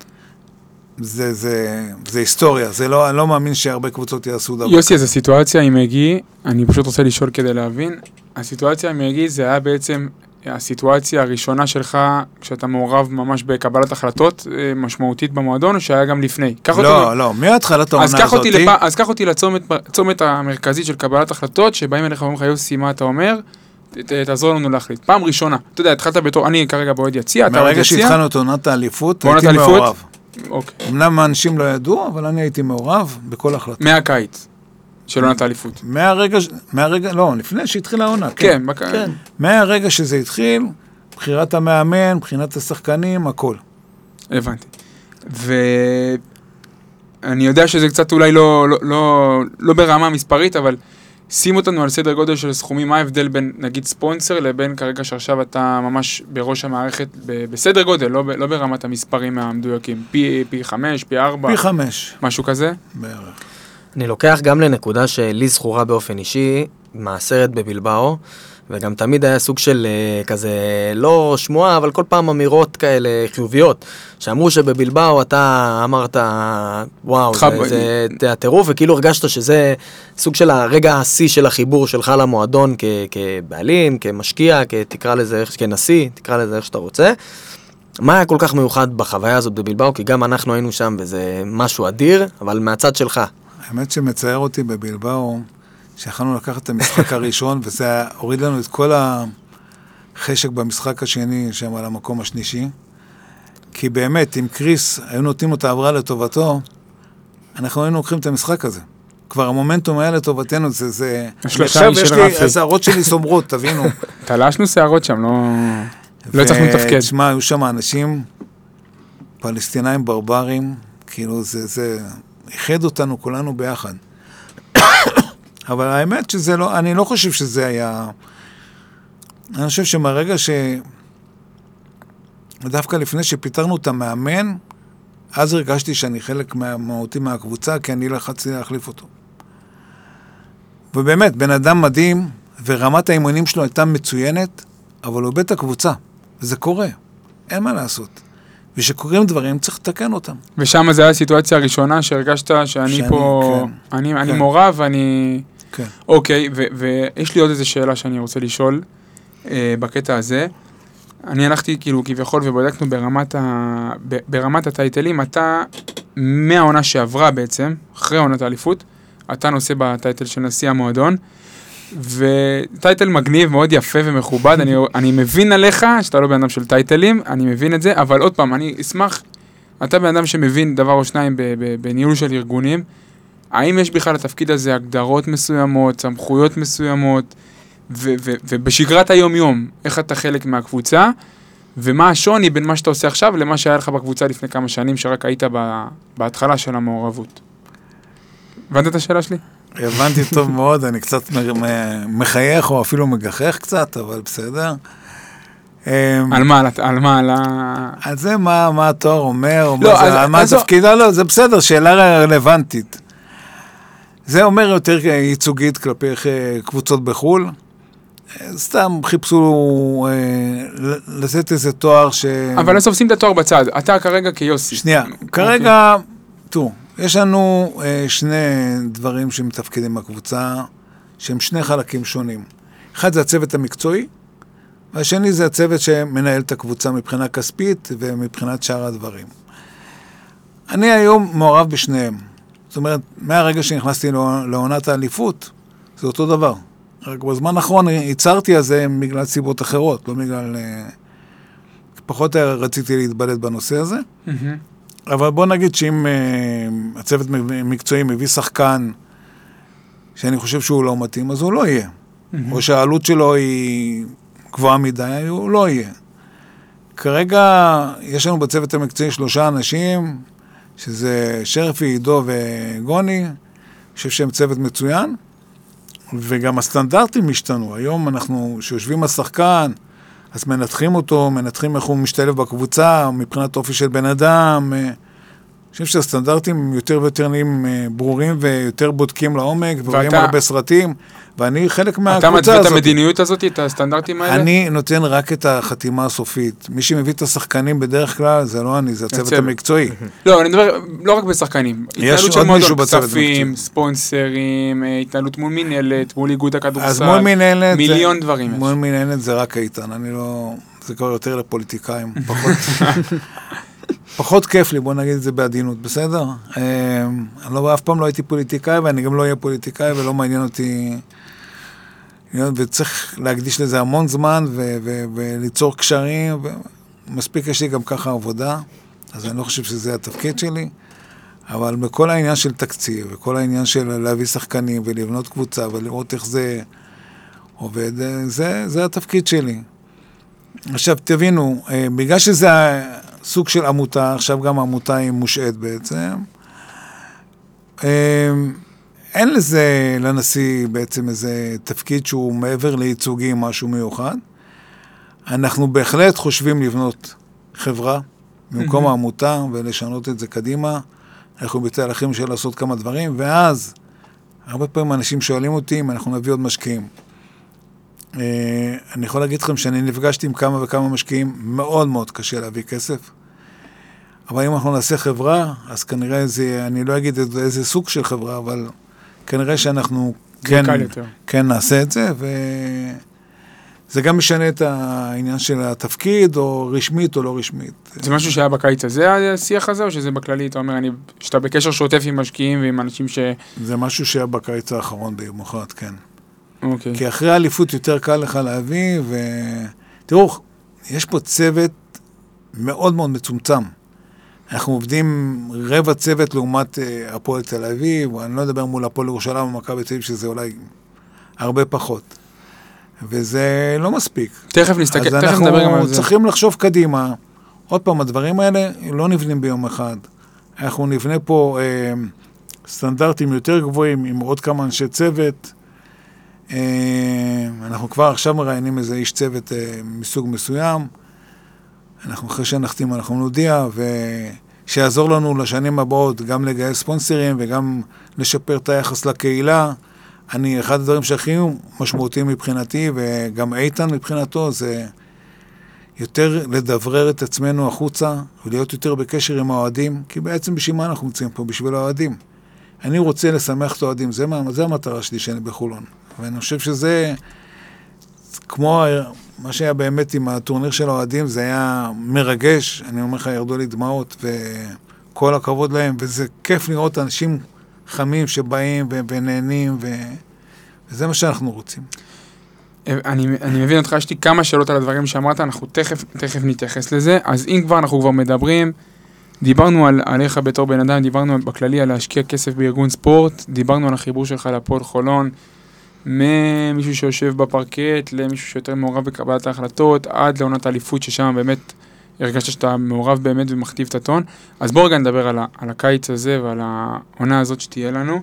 [SPEAKER 3] זה היסטוריה, אני לא מאמין שהרבה קבוצות יעשו דבר.
[SPEAKER 2] יוסי, אז הסיטואציה עם מגי, אני פשוט רוצה לשאול כדי להבין, הסיטואציה עם מגי זה היה בעצם הסיטואציה הראשונה שלך, כשאתה מעורב ממש בקבלת החלטות משמעותית במועדון, או שהיה גם לפני?
[SPEAKER 3] לא, מהתחלת העונה הזאת.
[SPEAKER 2] אז קח אותי לצומת המרכזית של קבלת החלטות, שבאים אליך ואומרים לך, יוסי, מה אתה אומר? תעזור לנו להחליט. פעם ראשונה, אתה יודע, התחלת בתור, אני כרגע בועד יציע, אתה עוד יציע.
[SPEAKER 3] מהרגע שהתחלנו את עונת האליפות, הייתי מעורב. אמנם האנשים לא ידעו, אבל אני הייתי מעורב בכל החלטה.
[SPEAKER 2] מהקיץ של עונת האליפות.
[SPEAKER 3] מהרגע, לא, לפני שהתחילה העונה.
[SPEAKER 2] כן.
[SPEAKER 3] מהרגע שזה התחיל, בחירת המאמן, בחינת השחקנים, הכל.
[SPEAKER 2] הבנתי. ואני יודע שזה קצת אולי לא ברמה מספרית, אבל שים אותנו על סדר גודל של סכומים, מה ההבדל בין, נגיד, ספונסר, לבין כרגע שעכשיו אתה ממש בראש המערכת, בסדר גודל, לא ברמת המספרים המדויקים, פי 5, פי 4?
[SPEAKER 3] פי 5.
[SPEAKER 2] משהו כזה?
[SPEAKER 3] בערך.
[SPEAKER 4] אני לוקח גם לנקודה שלי זכורה באופן אישי, מהסרט בבלבאו, וגם תמיד היה סוג של כזה, לא שמועה, אבל כל פעם אמירות כאלה חיוביות, שאמרו שבבלבאו אתה אמרת, וואו, זה הטירוף, וכאילו הרגשת שזה סוג של הרגע השיא של החיבור שלך למועדון כבעלים, כמשקיע, תקרא לזה, כנשיא, תקרא לזה איך שאתה רוצה. מה היה כל כך מיוחד בחוויה הזאת בבלבאו? כי גם אנחנו היינו שם וזה משהו אדיר, אבל מהצד שלך.
[SPEAKER 3] האמת שמצייר אותי בבלבאו, שיכולנו לקחת את המשחק הראשון, וזה הוריד לנו את כל החשק במשחק השני, שם על המקום השלישי. כי באמת, אם קריס היו נותנים לו את העברה לטובתו, אנחנו היינו לוקחים את המשחק הזה. כבר המומנטום היה לטובתנו, זה... עכשיו יש לי, השערות שלי סומרות, תבינו.
[SPEAKER 2] תלשנו שערות שם, לא הצלחנו לתפקד.
[SPEAKER 3] תשמע, היו שם אנשים פלסטינאים ברברים, כאילו זה איחד אותנו כולנו ביחד. אבל האמת שזה לא, אני לא חושב שזה היה, אני חושב שמהרגע דווקא לפני שפיתרנו את המאמן, אז הרגשתי שאני חלק מהותי מהקבוצה, כי אני לחצתי להחליף אותו. ובאמת, בן אדם מדהים, ורמת האימונים שלו הייתה מצוינת, אבל הוא בית הקבוצה, וזה קורה, אין מה לעשות. ושקוראים דברים, צריך לתקן אותם.
[SPEAKER 2] ושם זה היה הסיטואציה הראשונה שהרגשת שאני פה, כן, אני מעורב, ואני...
[SPEAKER 3] כן.
[SPEAKER 2] אוקיי, ויש לי עוד איזו שאלה שאני רוצה לשאול בקטע הזה. אני הלכתי כאילו כביכול ובדקנו ברמת הטייטלים, אתה מהעונה שעברה בעצם, אחרי עונת האליפות, אתה נושא בטייטל של נשיא המועדון, וטייטל מגניב, מאוד יפה ומכובד, אני מבין עליך שאתה לא בן אדם של טייטלים, אני מבין את זה, אבל עוד פעם, אני אשמח, אתה בן אדם שמבין דבר או שניים בניהול של ארגונים, האם יש בכלל לתפקיד הזה הגדרות מסוימות, סמכויות מסוימות, ובשגרת היום-יום, איך אתה חלק מהקבוצה, ומה השוני בין מה שאתה עושה עכשיו למה שהיה לך בקבוצה לפני כמה שנים, שרק היית בהתחלה של המעורבות. הבנת את השאלה שלי?
[SPEAKER 3] הבנתי טוב מאוד, אני קצת מחייך או אפילו מגחך קצת, אבל בסדר.
[SPEAKER 2] על מה?
[SPEAKER 3] על זה מה התואר אומר, מה התפקיד, לא, זה בסדר, שאלה רלוונטית. זה אומר יותר ייצוגית כלפי קבוצות בחול. סתם חיפשו לתת איזה תואר
[SPEAKER 2] אבל לא סופסים את התואר בצד, אתה כרגע כיוסי.
[SPEAKER 3] שנייה, כרגע, תראו, יש לנו שני דברים שמתפקידים בקבוצה, שהם שני חלקים שונים. אחד זה הצוות המקצועי, והשני זה הצוות שמנהל את הקבוצה מבחינה כספית ומבחינת שאר הדברים. אני היום מעורב בשניהם. זאת אומרת, מהרגע שנכנסתי לעונת האליפות, זה אותו דבר. רק בזמן האחרון ייצרתי על זה בגלל סיבות אחרות, לא בגלל... פחות רציתי להתבלט בנושא הזה. אבל בוא נגיד שאם הצוות מקצועי מביא שחקן שאני חושב שהוא לא מתאים, אז הוא לא יהיה. או שהעלות שלו היא גבוהה מדי, הוא לא יהיה. כרגע יש לנו בצוות המקצועי 3 אנשים, שזה שרפי, עידו וגוני, אני חושב שהם צוות מצוין, וגם הסטנדרטים השתנו. היום אנחנו, שיושבים השחקן, אז מנתחים אותו, מנתחים איך הוא משתלב בקבוצה, מבחינת אופי של בן אדם. אני חושב שהסטנדרטים יותר ויותר נהיים ברורים ויותר בודקים לעומק, ורואים הרבה סרטים, ואני חלק מהקבוצה הזאת.
[SPEAKER 2] אתה מתווה את המדיניות הזאת, את הסטנדרטים האלה?
[SPEAKER 3] אני נותן רק את החתימה הסופית. מי שמביא את השחקנים בדרך כלל, זה לא אני, זה הצוות המקצועי.
[SPEAKER 2] לא, אני מדבר לא רק בשחקנים.
[SPEAKER 3] יש עוד מישהו בצוות המקצועי.
[SPEAKER 2] כספים, ספונסרים, התנהלות מול מינהלת, מול איגוד הכדורסל.
[SPEAKER 3] אז מול מינהלת,
[SPEAKER 2] מיליון דברים.
[SPEAKER 3] מול מינהלת זה רק איתן, אני לא... זה כבר יותר לפוליטיקאים. פחות כיף לי, בוא נגיד את זה בעדינות, בסדר? אני לא, אף פעם לא הייתי פוליטיקאי, ואני גם לא אהיה פוליטיקאי, ולא מעניין אותי... וצריך להקדיש לזה המון זמן, וליצור קשרים, ומספיק יש לי גם ככה עבודה, אז אני לא חושב שזה התפקיד שלי, אבל בכל העניין של תקציב, וכל העניין של להביא שחקנים, ולבנות קבוצה, ולראות איך זה עובד, זה התפקיד שלי. עכשיו, תבינו, בגלל שזה סוג של עמותה, עכשיו גם העמותה היא מושעת בעצם, אין לזה לנשיא בעצם איזה תפקיד שהוא מעבר לייצוגי משהו מיוחד. אנחנו בהחלט חושבים לבנות חברה במקום העמותה ולשנות את זה קדימה. אנחנו בתהליכים של לעשות כמה דברים, ואז הרבה פעמים אנשים שואלים אותי אם אנחנו נביא עוד משקיעים. אני יכול להגיד לכם שאני נפגשתי עם כמה וכמה משקיעים, מאוד מאוד קשה להביא כסף. אבל אם אנחנו נעשה חברה, אז כנראה זה, אני לא אגיד איזה סוג של חברה, אבל כנראה שאנחנו כן נעשה את זה, וזה גם משנה את העניין של התפקיד, או רשמית או לא רשמית.
[SPEAKER 2] זה משהו שהיה בקיץ הזה, השיח הזה, או שזה בכללי? אתה אומר, שאתה בקשר שוטף עם משקיעים ועם אנשים ש...
[SPEAKER 3] זה משהו שהיה בקיץ האחרון במיוחד, כן.
[SPEAKER 2] אוקיי.
[SPEAKER 3] כי אחרי האליפות יותר קל לך להביא, תראו, יש פה צוות מאוד מאוד מצומצם. אנחנו עובדים רבע צוות לעומת הפועל תל אביב, ואני לא אדבר מול הפועל ירושלים ומכבי תל אביב, שזה אולי הרבה פחות. וזה לא מספיק.
[SPEAKER 2] תכף נדבר גם על זה.
[SPEAKER 3] אז אנחנו צריכים לחשוב קדימה. עוד פעם, הדברים האלה לא נבנים ביום אחד. אנחנו נבנה פה סטנדרטים יותר גבוהים, עם עוד כמה אנשי צוות. אנחנו כבר עכשיו מראיינים איזה איש צוות מסוג מסוים. אנחנו אחרי שנחתים, אנחנו נודיע, ושיעזור לנו לשנים הבאות גם לגייס ספונסרים וגם לשפר את היחס לקהילה. אחד הדברים שהכי משמעותיים מבחינתי, וגם איתן מבחינתו, זה יותר לדברר את עצמנו החוצה, ולהיות יותר בקשר עם האוהדים, כי בעצם בשביל מה אנחנו נמצאים פה? בשביל האוהדים. אני רוצה לשמח את האוהדים, זה המטרה שלי שאני בחולון. ואני חושב שזה, כמו מה שהיה באמת עם הטורניר של האוהדים, זה היה מרגש, אני אומר לך, ירדו לי דמעות, וכל הכבוד להם, וזה כיף לראות אנשים חמים שבאים ונהנים, וזה מה שאנחנו רוצים.
[SPEAKER 2] אני מבין אותך, יש לי כמה שאלות על הדברים שאמרת, אנחנו תכף נתייחס לזה, אז אם אנחנו כבר מדברים, דיברנו עליך בתור בן אדם, דיברנו בכללי על להשקיע כסף בארגון ספורט, דיברנו על החיבור שלך לפועל חולון, ממישהו שיושב בפרקט, למישהו שיותר מעורב בקבלת ההחלטות, עד לעונת האליפות ששם באמת הרגשת שאתה מעורב באמת ומכתיב את הטון. אז בואו רגע נדבר על הקיץ הזה ועל העונה הזאת שתהיה לנו.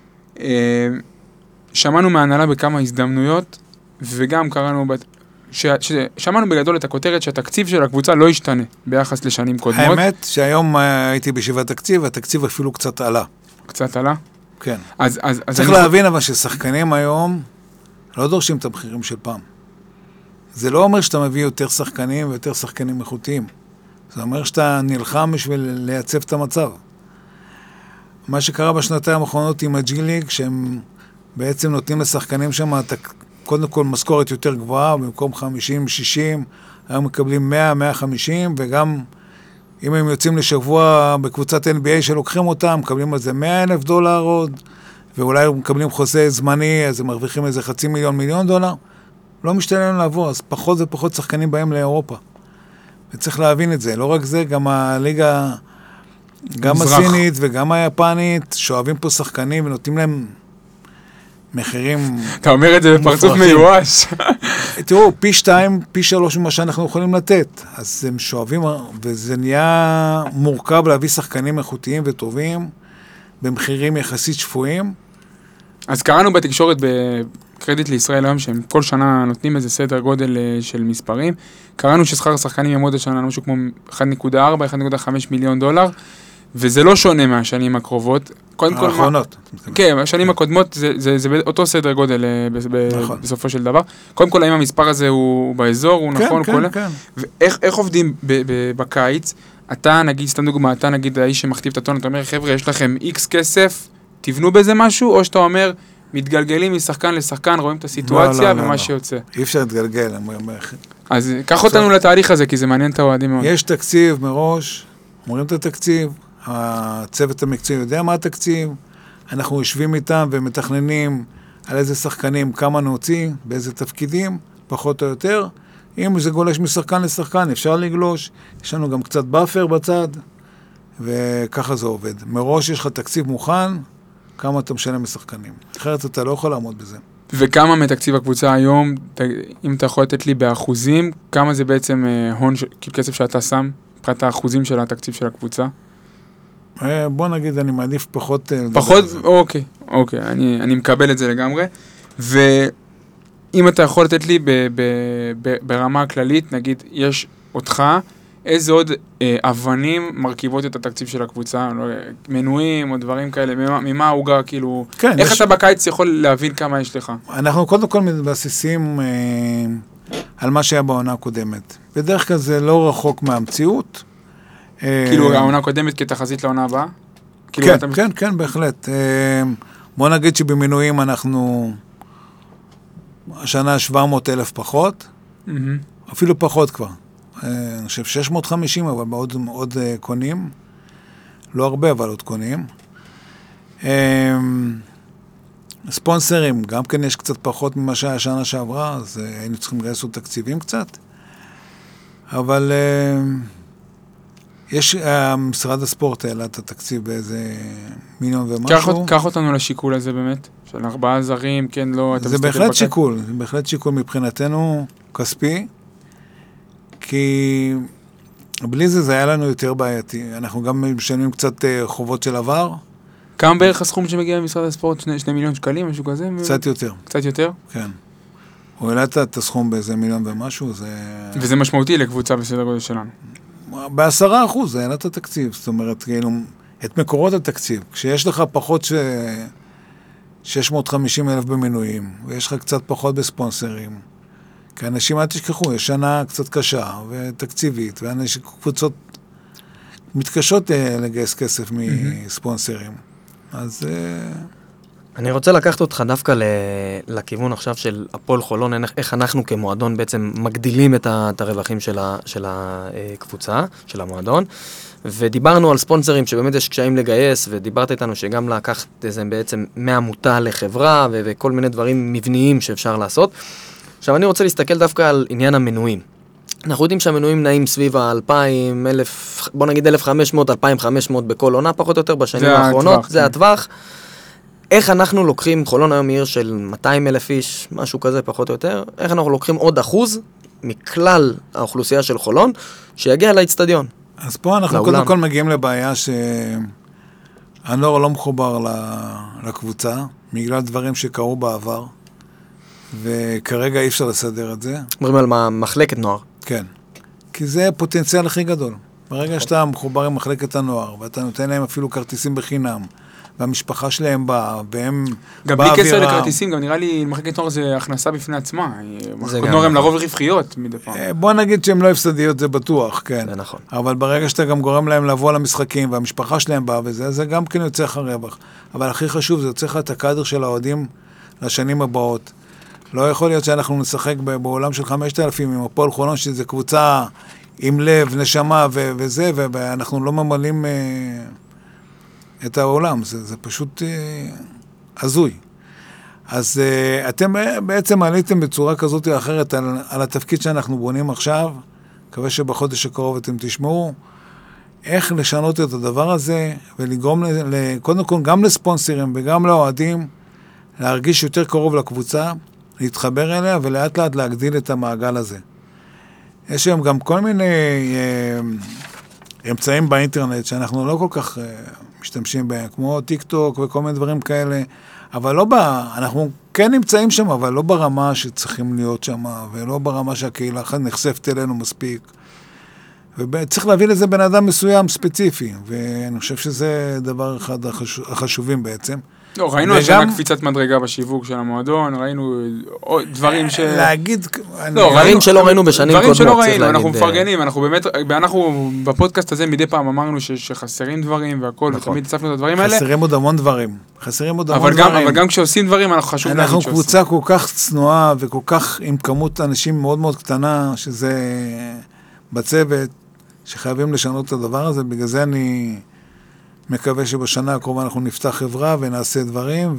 [SPEAKER 2] שמענו מהנהלה בכמה הזדמנויות, וגם קראנו, שמענו בגדול את הכותרת שהתקציב של הקבוצה לא ישתנה ביחס לשנים קודמות.
[SPEAKER 3] האמת שהיום הייתי בישיבת תקציב, התקציב אפילו קצת עלה.
[SPEAKER 2] קצת עלה?
[SPEAKER 3] כן.
[SPEAKER 2] אז
[SPEAKER 3] צריך להבין אבל ששחקנים היום לא דורשים את המחירים של פעם. זה לא אומר שאתה מביא יותר שחקנים ויותר שחקנים איכותיים. זה אומר שאתה נלחם בשביל לייצב את המצב. מה שקרה בשנתיים האחרונות עם הג'י-ליג, שהם בעצם נותנים לשחקנים שם קודם כל משכורת יותר גבוהה, במקום 50-60, היום מקבלים 100-150, וגם אם הם יוצאים לשבוע בקבוצת NBA שלוקחים אותם, מקבלים על זה $100,000 עוד, ואולי הם מקבלים חוזה זמני, אז הם מרוויחים איזה $500,000 $1,000,000. לא משתלם לעבור, אז פחות ופחות שחקנים בהם לאירופה. וצריך להבין את זה. לא רק זה, גם הליגה, גם הסינית וגם היפנית, שואבים פה שחקנים ונותנים להם מחירים...
[SPEAKER 2] אתה אומר את זה בפרצוף מיואש.
[SPEAKER 3] תראו, פי 2, פי 3 ממה שאנחנו יכולים לתת. אז הם שואבים, וזה נהיה מורכב להביא שחקנים איכותיים וטובים, במחירים יחסית שפויים.
[SPEAKER 2] אז קראנו בתקשורת בקרדיט לישראל היום, שהם כל שנה נותנים איזה סדר גודל של מספרים. קראנו ששכר השחקנים יעמוד השנה משהו כמו 1.4, 1.5 מיליון דולר, וזה לא שונה מהשנים הקרובות.
[SPEAKER 3] האחרונות.
[SPEAKER 2] כן, השנים הקודמות זה אותו סדר גודל בסופו של דבר. קודם כל, האם המספר הזה הוא באזור, הוא נכון?
[SPEAKER 3] כן, כן.
[SPEAKER 2] ואיך עובדים בקיץ? אתה נגיד, סתם דוגמה, אתה נגיד האיש שמכתיב את הטון, אתה אומר, חבר'ה, יש לכם איקס כסף, תבנו בזה משהו, או שאתה אומר, מתגלגלים משחקן לשחקן, רואים את הסיטואציה ומה שיוצא.
[SPEAKER 3] אי אפשר להתגלגל.
[SPEAKER 2] אז קח אותנו לתהליך הזה, כי זה מעניין את האוהדים מאוד.
[SPEAKER 3] יש תקציב מראש, אומרים את התקציב, הצוות המקצועי יודע מה התקציב, אנחנו יושבים איתם ומתכננים על איזה שחקנים, כמה נוציא, באיזה תפקידים, פחות או יותר. אם זה גולש משחקן לשחקן, אפשר לגלוש, יש לנו גם קצת באפר בצד, וככה זה עובד. מראש יש לך תקציב מוכן, כמה אתה משלם משחקנים. אחרת אתה לא יכול לעמוד בזה.
[SPEAKER 2] וכמה מתקציב הקבוצה היום, אם אתה יכול לתת לי באחוזים, כמה זה בעצם הון, כסף שאתה שם, מבחינת האחוזים של התקציב של הקבוצה?
[SPEAKER 3] בוא נגיד, אני מעדיף פחות...
[SPEAKER 2] פחות? אוקיי, אני מקבל את זה לגמרי. ואם אתה יכול לתת לי ברמה הכללית, נגיד, יש אותך, איזה עוד אבנים מרכיבות את התקציב של הקבוצה, מנויים או דברים כאלה, ממה ההוגה, כאילו, איך אתה בקיץ יכול להבין כמה יש לך?
[SPEAKER 3] אנחנו קודם כל מתבססים על מה שהיה בעונה הקודמת. בדרך כלל זה לא רחוק מהמציאות.
[SPEAKER 2] כאילו העונה הקודמת כתחזית לעונה הבאה?
[SPEAKER 3] כן, בהחלט. בוא נגיד שבמנויים אנחנו השנה 700,000 פחות, אפילו פחות כבר. אני חושב 650, אבל עוד קונים. לא הרבה, אבל עוד קונים. ספונסרים, גם כן יש קצת פחות ממה שהיה השנה שעברה, אז היינו צריכים לגייס עוד תקציבים קצת. אבל משרד הספורט העלה את התקציב באיזה מיליון ומשהו.
[SPEAKER 2] קח אותנו לשיקול הזה באמת, של 4 זרים, כן, לא...
[SPEAKER 3] זה בהחלט שיקול, זה בהחלט שיקול מבחינתנו כספי, כי בלי זה היה לנו יותר בעייתי. אנחנו גם משלמים קצת חובות של עבר.
[SPEAKER 2] כמה בערך הסכום שמגיע ממשרד הספורט? 2 מיליון שקלים, משהו כזה? קצת יותר. קצת יותר?
[SPEAKER 3] כן. הוא העלה את הסכום באיזה מיליון ומשהו, זה...
[SPEAKER 2] וזה משמעותי לקבוצה בסדר גודל שלנו.
[SPEAKER 3] ב10% זה העלה את התקציב, זאת אומרת, כאילו, את מקורות התקציב. כשיש לך פחות 650,000 במנויים, ויש לך קצת פחות בספונסרים, כי אנשים, אל תשכחו, יש שנה קצת קשה ותקציבית, וקבוצות מתקשות לגייס כסף מספונסרים. אז...
[SPEAKER 4] אני רוצה לקחת אותך דווקא לכיוון עכשיו של הפועל חולון, איך אנחנו כמועדון בעצם מגדילים את הרווחים של הקבוצה, של המועדון, ודיברנו על ספונסרים שבאמת יש קשיים לגייס, ודיברת איתנו שגם לקחת איזה בעצם מעמותה לחברה, וכל מיני דברים מבניים שאפשר לעשות. עכשיו אני רוצה להסתכל דווקא על עניין המנויים. אנחנו יודעים שהמנויים נעים סביב ה-2,000, בוא נגיד 1,500, 2,500 בכל עונה, פחות או יותר בשנים האחרונות, זה הטווח. איך אנחנו לוקחים, חולון היום עיר של 200,000 איש, משהו כזה פחות או יותר, איך אנחנו לוקחים עוד 1% מכלל האוכלוסייה של חולון, שיגיע לאצטדיון.
[SPEAKER 3] אז פה אנחנו קודם כל מגיעים לבעיה שהנוער לא מחובר לקבוצה, בגלל דברים שקרו בעבר, וכרגע אי אפשר לסדר את זה.
[SPEAKER 4] אומרים על מחלקת נוער.
[SPEAKER 3] כן, כי זה הפוטנציאל הכי גדול. ברגע שאתה מחובר עם מחלקת הנוער, ואתה נותן להם אפילו כרטיסים בחינם, והמשפחה שלהם באה, והם
[SPEAKER 2] גם בלי כסר לכרטיסים, גם נראה לי, מחלקת נוער זה הכנסה בפני עצמה. מחלקת נוער הם לרוב רווחיות מדי פעם.
[SPEAKER 3] בוא נגיד שהם לא הפסדיות, זה בטוח, כן.
[SPEAKER 4] זה נכון.
[SPEAKER 3] אבל ברגע שאתה גם גורם להם לבוא למשחקים, והמשפחה שלהם באה וזה, זה גם כן יוצא לך רווח. אבל הכי חשוב, זה יוצא לך את הקאדר של האוהדים לשנים הבאות. לא יכול להיות שאנחנו נשחק בעולם של 5,000 עם הפועל חולון, שזו קבוצה עם לב, נשמה וזה, ואנחנו לא ממלאים את העולם. זה פשוט הזוי. אז אתם בעצם עליתם בצורה כזאת או אחרת על התפקיד שאנחנו בונים עכשיו. מקווה שבחודש הקרוב אתם תשמעו איך לשנות את הדבר הזה, ולגרום קודם כל גם לספונסרים וגם לאוהדים, להרגיש יותר קרוב לקבוצה, להתחבר אליה ולאט לאט להגדיל את המעגל הזה. יש היום גם כל מיני אמצעים באינטרנט שאנחנו לא כל כך משתמשים בהם, כמו טיק טוק וכל מיני דברים כאלה, אבל לא אנחנו כן נמצאים שם, אבל לא ברמה שצריכים להיות שם, ולא ברמה שהקהילה נחשפת אלינו מספיק. וצריך להביא לזה בן אדם מסוים ספציפי, ואני חושב שזה דבר אחד החשובים בעצם.
[SPEAKER 2] לא, ראינו השנה קפיצת מדרגה בשיווק של המועדון, ראינו דברים ש...
[SPEAKER 3] להגיד...
[SPEAKER 4] דברים שלא ראינו בשנים קודמות.
[SPEAKER 2] דברים שלא ראינו, אנחנו מפרגנים, אנחנו באמת, אנחנו בפודקאסט הזה מדי פעם אמרנו שחסרים דברים והכל, ותמיד הצפנו את הדברים האלה.
[SPEAKER 3] חסרים עוד המון דברים.
[SPEAKER 2] אבל גם כשעושים דברים, אנחנו חשוב להגיד
[SPEAKER 3] שעושים. אנחנו קבוצה כל כך צנועה וכל כך עם כמות אנשים מאוד מאוד קטנה, שזה בצוות, שחייבים לשנות את הדבר הזה, בגלל זה אני מקווה שבשנה הקרובה אנחנו נפתח חברה ונעשה דברים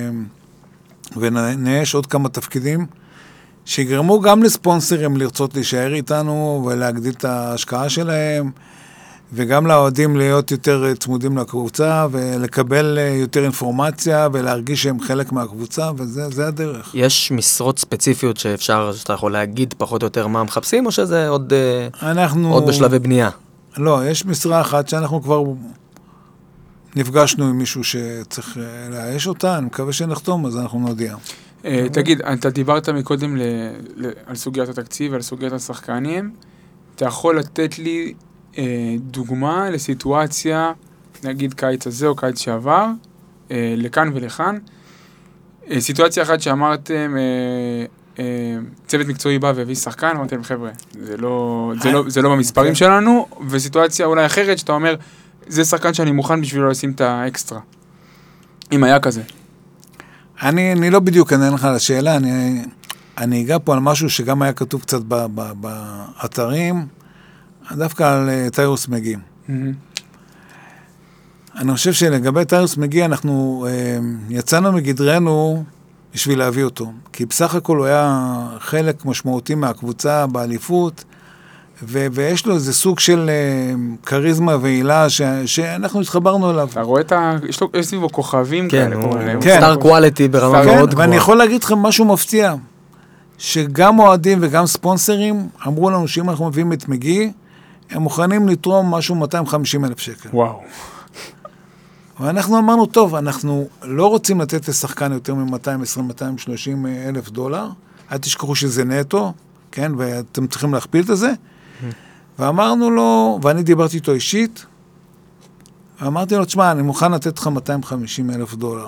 [SPEAKER 3] ונעש עוד כמה תפקידים שיגרמו גם לספונסרים לרצות להישאר איתנו ולהגדיל את ההשקעה שלהם וגם לאוהדים להיות יותר צמודים לקבוצה ולקבל יותר אינפורמציה ולהרגיש שהם חלק מהקבוצה וזה הדרך.
[SPEAKER 4] יש משרות ספציפיות שאתה יכול להגיד פחות או יותר מה מחפשים או שזה עוד בשלבי בנייה?
[SPEAKER 3] לא, יש משרה אחת שאנחנו כבר נפגשנו עם מישהו שצריך לאייש אותה, אני מקווה שנחתום, אז אנחנו נודיע.
[SPEAKER 2] תגיד, אתה דיברת מקודם על סוגיית התקציב ועל סוגיית השחקנים, אתה יכול לתת לי דוגמה לסיטואציה, נגיד קיץ הזה או קיץ שעבר, לכאן ולכאן, סיטואציה אחת שאמרתם, צוות מקצועי בא והביא שחקן, אמרתם, חבר'ה, זה לא במספרים שלנו, וסיטואציה אולי אחרת שאתה אומר, זה שחקן שאני מוכן בשבילו לשים את האקסטרה. אם היה כזה.
[SPEAKER 3] אני לא בדיוק אענה לך על השאלה, אני אגע פה על משהו שגם היה כתוב קצת באתרים, דווקא על טיירוס מגי. אני חושב שלגבי טיירוס מגי, אנחנו יצאנו מגדרנו בשביל להביא אותו. כי בסך הכל הוא היה חלק משמעותי מהקבוצה באליפות, ויש לו איזה סוג של קריזמה ועילה שאנחנו התחברנו אליו.
[SPEAKER 2] אתה רואה יש סביבו כוכבים כאלה.
[SPEAKER 4] כן, סטאר קואליטי ברמה מאוד גבוהה.
[SPEAKER 3] ואני יכול להגיד לכם משהו מפתיע, שגם אוהדים וגם ספונסרים אמרו לנו שאם אנחנו מביאים את מגי, הם מוכנים לתרום משהו 250,000 שקל.
[SPEAKER 2] וואו.
[SPEAKER 3] ואנחנו אמרנו, טוב, אנחנו לא רוצים לתת לשחקן יותר מ-220,000-230,000 דולר, אל תשכחו שזה נטו, כן, ואתם צריכים להכפיל את זה, ואמרנו לו, ואני דיברתי איתו אישית, ואמרתי לו, תשמע, אני מוכן לתת לך 250,000 דולר.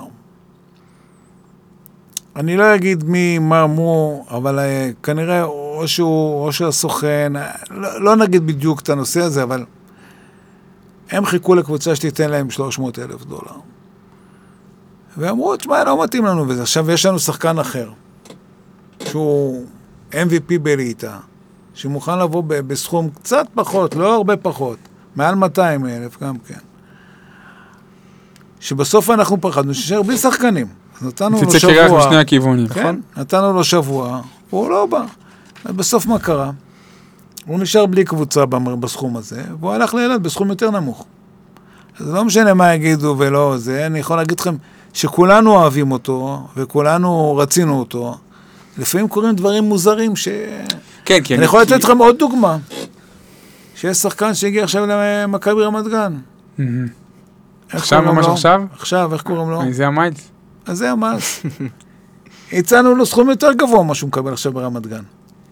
[SPEAKER 3] אני לא אגיד מה אמרו, אבל כנראה או שהסוכן, לא נגיד בדיוק את הנושא הזה, אבל הם חיכו לקבוצה שתיתן להם 300,000 דולר. ואמרו, תשמע, לא מתאים לנו בזה. עכשיו יש לנו שחקן אחר, שהוא MVP בליטה, שמוכן לבוא בסכום קצת פחות, לא הרבה פחות, מעל 200,000 גם כן. שבסוף אנחנו פחדנו שישאר בלי שחקנים. נתנו לו שבוע.
[SPEAKER 2] קריח בשני הכיוונים,
[SPEAKER 3] כן,
[SPEAKER 2] נכון?
[SPEAKER 3] נתנו לו שבוע, והוא לא בא. ובסוף מה קרה? הוא נשאר בלי קבוצה בסכום הזה, והוא הלך לאילת בסכום יותר נמוך. אז לא משנה מה יגידו ולא זה, אני יכול להגיד לכם שכולנו אוהבים אותו, וכולנו רצינו אותו. לפעמים קוראים דברים מוזרים ש...
[SPEAKER 2] כן, כן.
[SPEAKER 3] אני יכול לתת לכם עוד דוגמה, שיש שחקן שהגיע עכשיו למכבי רמת גן.
[SPEAKER 2] עכשיו, ממש עכשיו?
[SPEAKER 3] עכשיו, איך קוראים לו?
[SPEAKER 2] זה המייץ.
[SPEAKER 3] אז זה המייץ. הצענו לו סכום יותר גבוה מה שהוא מקבל עכשיו ברמת גן.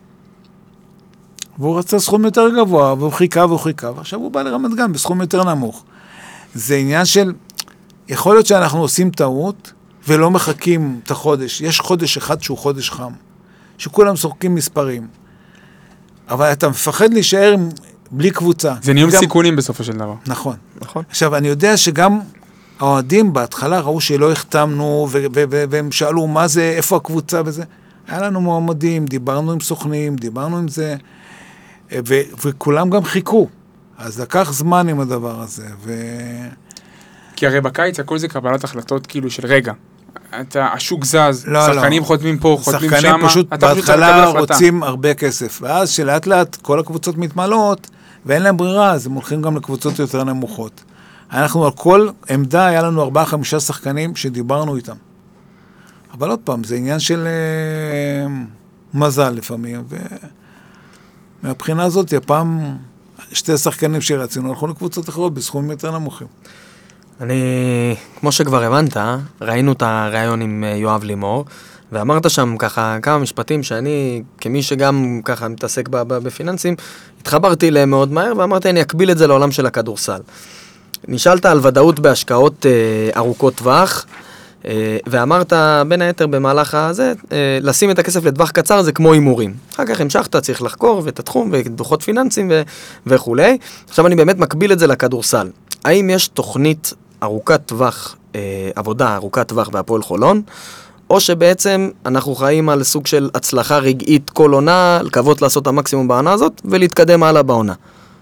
[SPEAKER 3] והוא רצה סכום יותר גבוה, והוא חיכה, ועכשיו הוא בא לרמת גן בסכום יותר נמוך. זה עניין של, יכול להיות שאנחנו עושים טעות, ולא מחכים את החודש. יש חודש אחד שהוא חודש חם, שכולם שוחקים מספרים. אבל אתה מפחד להישאר בלי קבוצה.
[SPEAKER 2] זה ניהול סיכונים בסופו של דבר.
[SPEAKER 3] נכון. עכשיו, אני יודע שגם האוהדים בהתחלה ראו שלא החתמנו, והם שאלו מה זה, איפה הקבוצה וזה. היה לנו מועמדים, דיברנו עם סוכנים, דיברנו עם זה, וכולם גם חיכו. אז לקח זמן עם הדבר הזה,
[SPEAKER 2] כי הרי בקיץ הכל זה קבלת החלטות כאילו של רגע. השוק זז, שחקנים חותמים פה, חותמים שם.
[SPEAKER 3] שחקנים פשוט בהתחלה רוצים הרבה כסף, ואז שלאט לאט כל הקבוצות מתמלאות, ואין להם ברירה, אז הם הולכים גם לקבוצות יותר נמוכות. אנחנו על כל עמדה, היה לנו 4-5 שחקנים שדיברנו איתם. אבל עוד פעם, זה עניין של מזל לפעמים, ומהבחינה הזאת, הפעם שתי שחקנים שרצינו, הלכו לקבוצות אחרות בסכומים יותר נמוכים.
[SPEAKER 4] כמו שכבר הבנת, ראינו את הרעיון עם יואב לימור, ואמרת שם ככה כמה משפטים שאני, כמי שגם ככה מתעסק בפיננסים, התחברתי להם מאוד מהר, ואמרתי, אני אקביל את זה לעולם של הכדורסל. נשאלת על ודאות בהשקעות ארוכות טווח, ואמרת בין היתר במהלך הזה, לשים את הכסף לטווח קצר זה כמו הימורים. אחר כך המשכת, צריך לחקור ואת התחום ודוחות פיננסיים וכו'. עכשיו אני באמת מקביל את זה לכדורסל. האם יש תוכנית ארוכת טווח, עבודה ארוכת טווח בהפועל חולון, או שבעצם אנחנו חיים על סוג של הצלחה רגעית כל עונה, לקוות לעשות את המקסימום בעונה הזאת, ולהתקדם הלאה בעונה?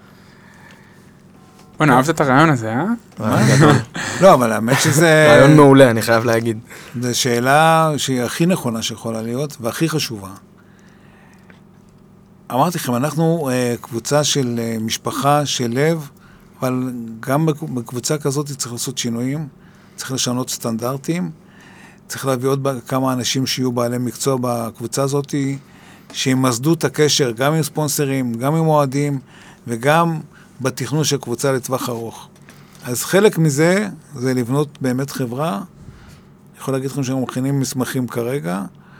[SPEAKER 2] בוא'נה, אהבת את הרעיון הזה,
[SPEAKER 3] לא, אבל האמת שזה...
[SPEAKER 4] רעיון מעולה, אני חייב להגיד.
[SPEAKER 3] זו שאלה שהיא הכי נכונה שיכולה להיות, והכי חשובה. אמרתי לכם, אנחנו קבוצה של משפחה, של לב, אבל גם בקבוצה כזאת צריך לעשות שינויים, צריך לשנות סטנדרטים, צריך להביא עוד כמה אנשים שיהיו בעלי מקצוע בקבוצה הזאת, שימסדו את הקשר גם עם ספונסרים, גם עם מועדים, וגם בתכנון של קבוצה לטווח ארוך. אז חלק מזה, זה לבנות באמת חברה, אני יכול להגיד לכם שאנחנו מכינים מסמכים כרגע,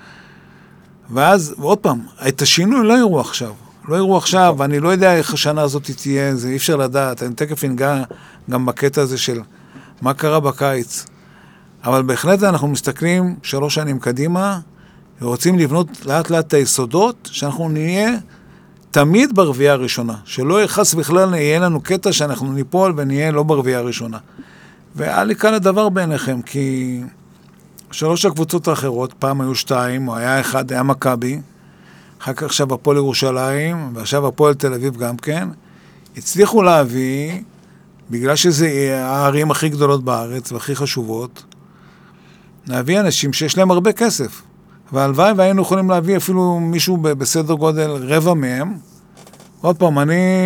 [SPEAKER 3] ואז, ועוד פעם, את השינוי לא יראו עכשיו. לא יראו עכשיו, ואני לא יודע איך השנה הזאת תהיה, זה אי אפשר לדעת, אני תכף אנגע גם בקטע הזה של מה קרה בקיץ. אבל בהחלט אנחנו מסתכלים 3 שנים קדימה, ורוצים לבנות לאט לאט את היסודות, שאנחנו נהיה תמיד ברביעה הראשונה, שלא יחס בכלל יהיה לנו קטע שאנחנו ניפול ונהיה לא ברביעה הראשונה. והיה לי כאן הדבר בעיניכם, כי 3 הקבוצות האחרות, פעם היו 2, או היה 1, היה מכבי, אחר כך עכשיו הפועל ירושלים, ועכשיו הפועל תל אביב גם כן, הצליחו להביא, בגלל שזה הערים הכי גדולות בארץ והכי חשובות, להביא אנשים שיש להם הרבה כסף. והלוואי והיינו יכולים להביא אפילו מישהו בסדר גודל רבע מהם. עוד פעם,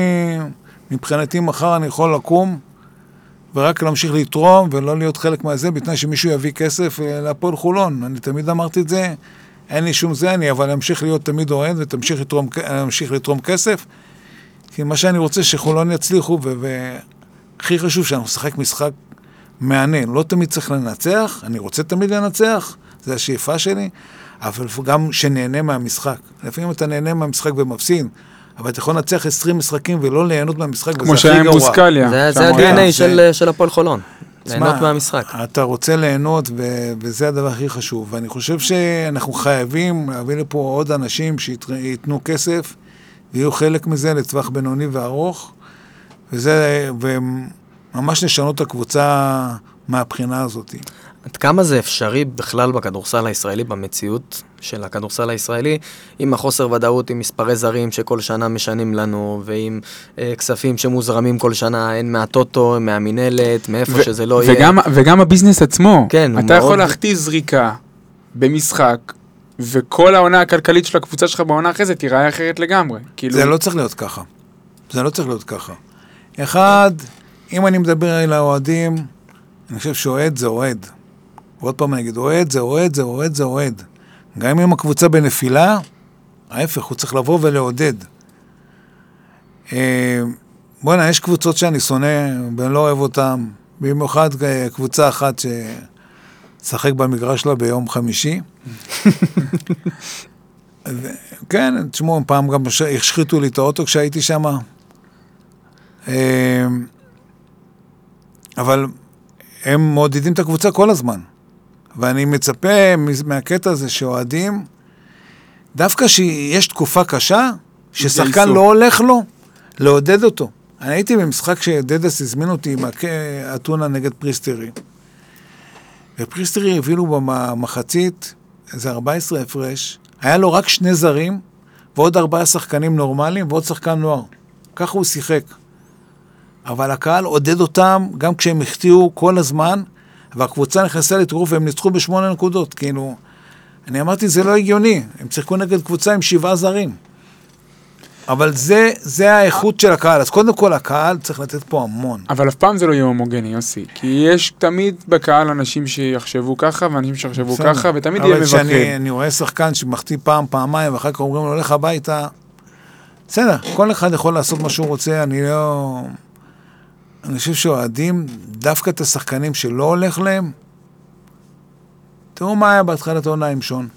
[SPEAKER 3] מבחינתי מחר אני יכול לקום ורק להמשיך לתרום ולא להיות חלק מהזה, בתנאי שמישהו יביא כסף להפועל חולון. אני תמיד אמרתי את זה, אין לי שום זה, אבל אמשיך להיות תמיד אוהד ותמשיך לתרום כסף, כי מה שאני רוצה שחולון יצליחו, והכי חשוב שאנחנו נשחק משחק מעניין. לא תמיד צריך לנצח, אני רוצה תמיד לנצח, זה השאיפה שלי, אבל גם שנהנה מהמשחק. לפעמים אתה נהנה מהמשחק ומפסיד, אבל אתה יכול לנצח 20 משחקים ולא ליהנות מהמשחק,
[SPEAKER 2] כמו שהיה עם בוסקליה.
[SPEAKER 4] זה ה-DNA של הפועל חולון, ליהנות מהמשחק.
[SPEAKER 3] אתה רוצה ליהנות, וזה הדבר הכי חשוב. ואני חושב שאנחנו חייבים להביא לפה עוד אנשים שיתנו כסף, ויהיו חלק מזה לטווח בינוני וארוך, וממש לשנות את הקבוצה מהבחינה הזאת.
[SPEAKER 4] עד כמה זה אפשרי בכלל בכדורסל הישראלי, במציאות של הכדורסל הישראלי, עם החוסר ודאות, עם מספרי זרים שכל שנה משנים לנו, ועם כספים שמוזרמים כל שנה, הן מהטוטו, מהמינלת, מאיפה שזה לא יהיה.
[SPEAKER 2] וגם הביזנס עצמו.
[SPEAKER 4] כן,
[SPEAKER 2] אתה יכול להכתיב זריקה במשחק, וכל העונה הכלכלית של הקבוצה שלך בעונה אחרי זה תיראה אחרת לגמרי.
[SPEAKER 3] זה לא צריך להיות ככה. זה לא צריך להיות ככה. אחד, אם אני מדבר אל האוהדים, אני חושב שאוהד זה אוהד. ועוד פעם אני אגיד, אוהד זה אוהד, זה אוהד, זה אוהד. גם אם הקבוצה בנפילה, ההפך, הוא צריך לבוא ולעודד. בוא'נה, יש קבוצות שאני שונא, ואני לא אוהב אותן, במיוחד קבוצה אחת ששחק במגרש שלה ביום חמישי. כן, תשמעו, פעם גם השחיתו לי את האוטו כשהייתי שם. אבל הם מעודדים את הקבוצה כל הזמן. ואני מצפה מהקטע הזה שאוהדים, דווקא שיש תקופה קשה, ששחקן לא הולך לו, לעודד אותו. אני הייתי במשחק שדדס הזמין אותי עם אתונה נגד פריסטרי. ופריסטרי הביא לו במחצית, איזה 14 הפרש, היה לו רק 2 זרים, ועוד 4 שחקנים נורמליים, ועוד שחקן נוער. ככה הוא שיחק. אבל הקהל עודד אותם, גם כשהם החטיאו כל הזמן, והקבוצה נכנסה לטירוף, והם ניצחו ב8 נקודות. כאילו, אני אמרתי, זה לא הגיוני. הם שיחקו נגד קבוצה עם 7 זרים. אבל זה האיכות של הקהל. אז קודם כל הקהל צריך לתת פה המון.
[SPEAKER 2] אבל אף פעם זה לא יהיה הומוגני, יוסי. כי יש תמיד בקהל אנשים שיחשבו ככה, ואנשים שיחשבו ככה, ותמיד יהיה מבקרים.
[SPEAKER 3] אבל כשאני רואה שחקן שמחטיא פעם, פעמיים, ואחר כך אומרים לו, הולך הביתה, בסדר, כל אחד יכול לעשות מה שהוא רוצה, אני חושב שאוהדים, דווקא את השחקנים שלא הולך להם, תראו מה היה בהתחלת העונה עם שון.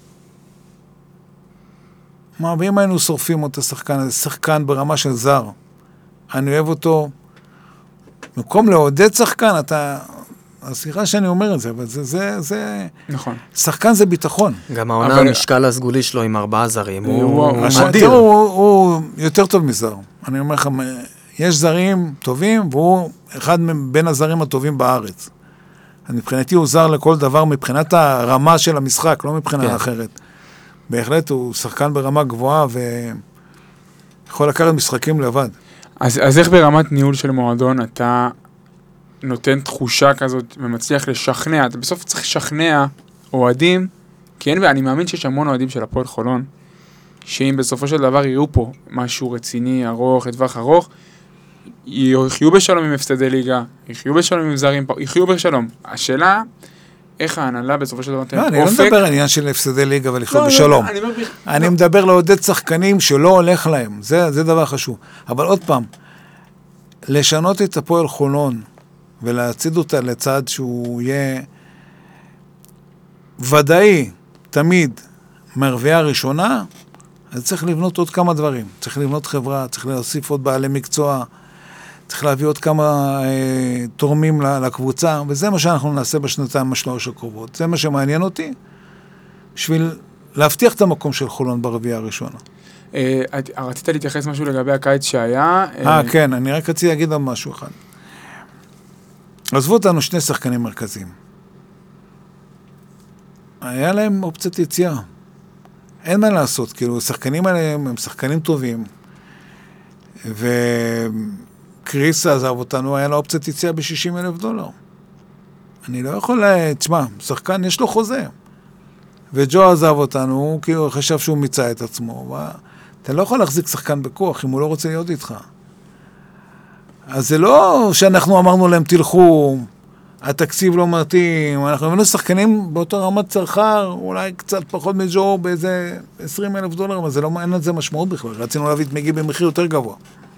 [SPEAKER 3] ואם היינו שורפים את השחקן הזה, שחקן ברמה של זר, אני אוהב אותו, במקום לעודד שחקן, הסליחה שאני אומר את זה, אבל זה...
[SPEAKER 2] נכון.
[SPEAKER 3] שחקן זה ביטחון.
[SPEAKER 4] גם העונה המשקל הסגולי שלו עם 4 זרים, הוא
[SPEAKER 3] מדהים. הוא יותר טוב מזר. אני אומר לך, יש זרים טובים, והוא אחד בין הזרים הטובים בארץ. מבחינתי הוא זר לכל דבר, מבחינת הרמה של המשחק, לא מבחינה אחרת. בהחלט הוא שחקן ברמה גבוהה, ויכול לקחת משחקים לבד.
[SPEAKER 2] אז איך ברמת ניהול של מועדון אתה נותן תחושה כזאת ומצליח לשכנע, אתה בסוף צריך לשכנע אוהדים, כי אני מאמין שיש המון אוהדים של הפועל חולון, שאם בסופו של דבר יראו פה משהו רציני, ארוך, לטווח ארוך, יחיו בשלום עם הפסדי ליגה, יחיו בשלום עם זרים, יחיו בשלום. השאלה, איך ההנהלה בסופו של דבר נותן אופק?
[SPEAKER 3] אני לא מדבר על עניין של הפסדי ליגה ולחיות בשלום. אני מדבר לעודד שחקנים שלא הולך להם, זה דבר חשוב. אבל עוד פעם, לשנות את הפועל חולון, ולהציד אותה לצד שהוא יהיה ודאי, תמיד, מהרביעה ראשונה, אז צריך לבנות עוד כמה דברים. צריך לבנות חברה, צריך להוסיף עוד בעלי מקצוע, צריך להביא עוד כמה תורמים לקבוצה, וזה מה שאנחנו נעשה בשנתיים השלוש הקרובות. זה מה שמעניין אותי, בשביל להבטיח את המקום של חולון ברביעה הראשונה.
[SPEAKER 2] רצית להתייחס משהו לגבי הקיץ שהיה?
[SPEAKER 3] כן, אני רק רציתי להגיד עוד משהו אחד. עזבו אותנו 2 שחקנים מרכזיים. היה להם אופציית יציאה. אין מה לעשות, כאילו, השחקנים האלה הם שחקנים טובים, וקריס עזב אותנו, היה לו אופציית יציאה $60,000. אני לא יכול, תשמע, שחקן יש לו חוזה, וג'ו עזב אותנו, כי הוא חשב שהוא מיצה את עצמו, אתה לא יכול להחזיק שחקן בכוח, אם הוא לא רוצה להיות איתך. אז זה לא שאנחנו אמרנו להם, תלכו, התקציב לא מתאים, אנחנו הבאנו שחקנים באותו רמת שכר, אולי קצת פחות מג'ו באיזה $20,000, אבל זה לא, אין לזה משמעות בכלל, רצינו להביא את מגי במחיר יותר גבוה.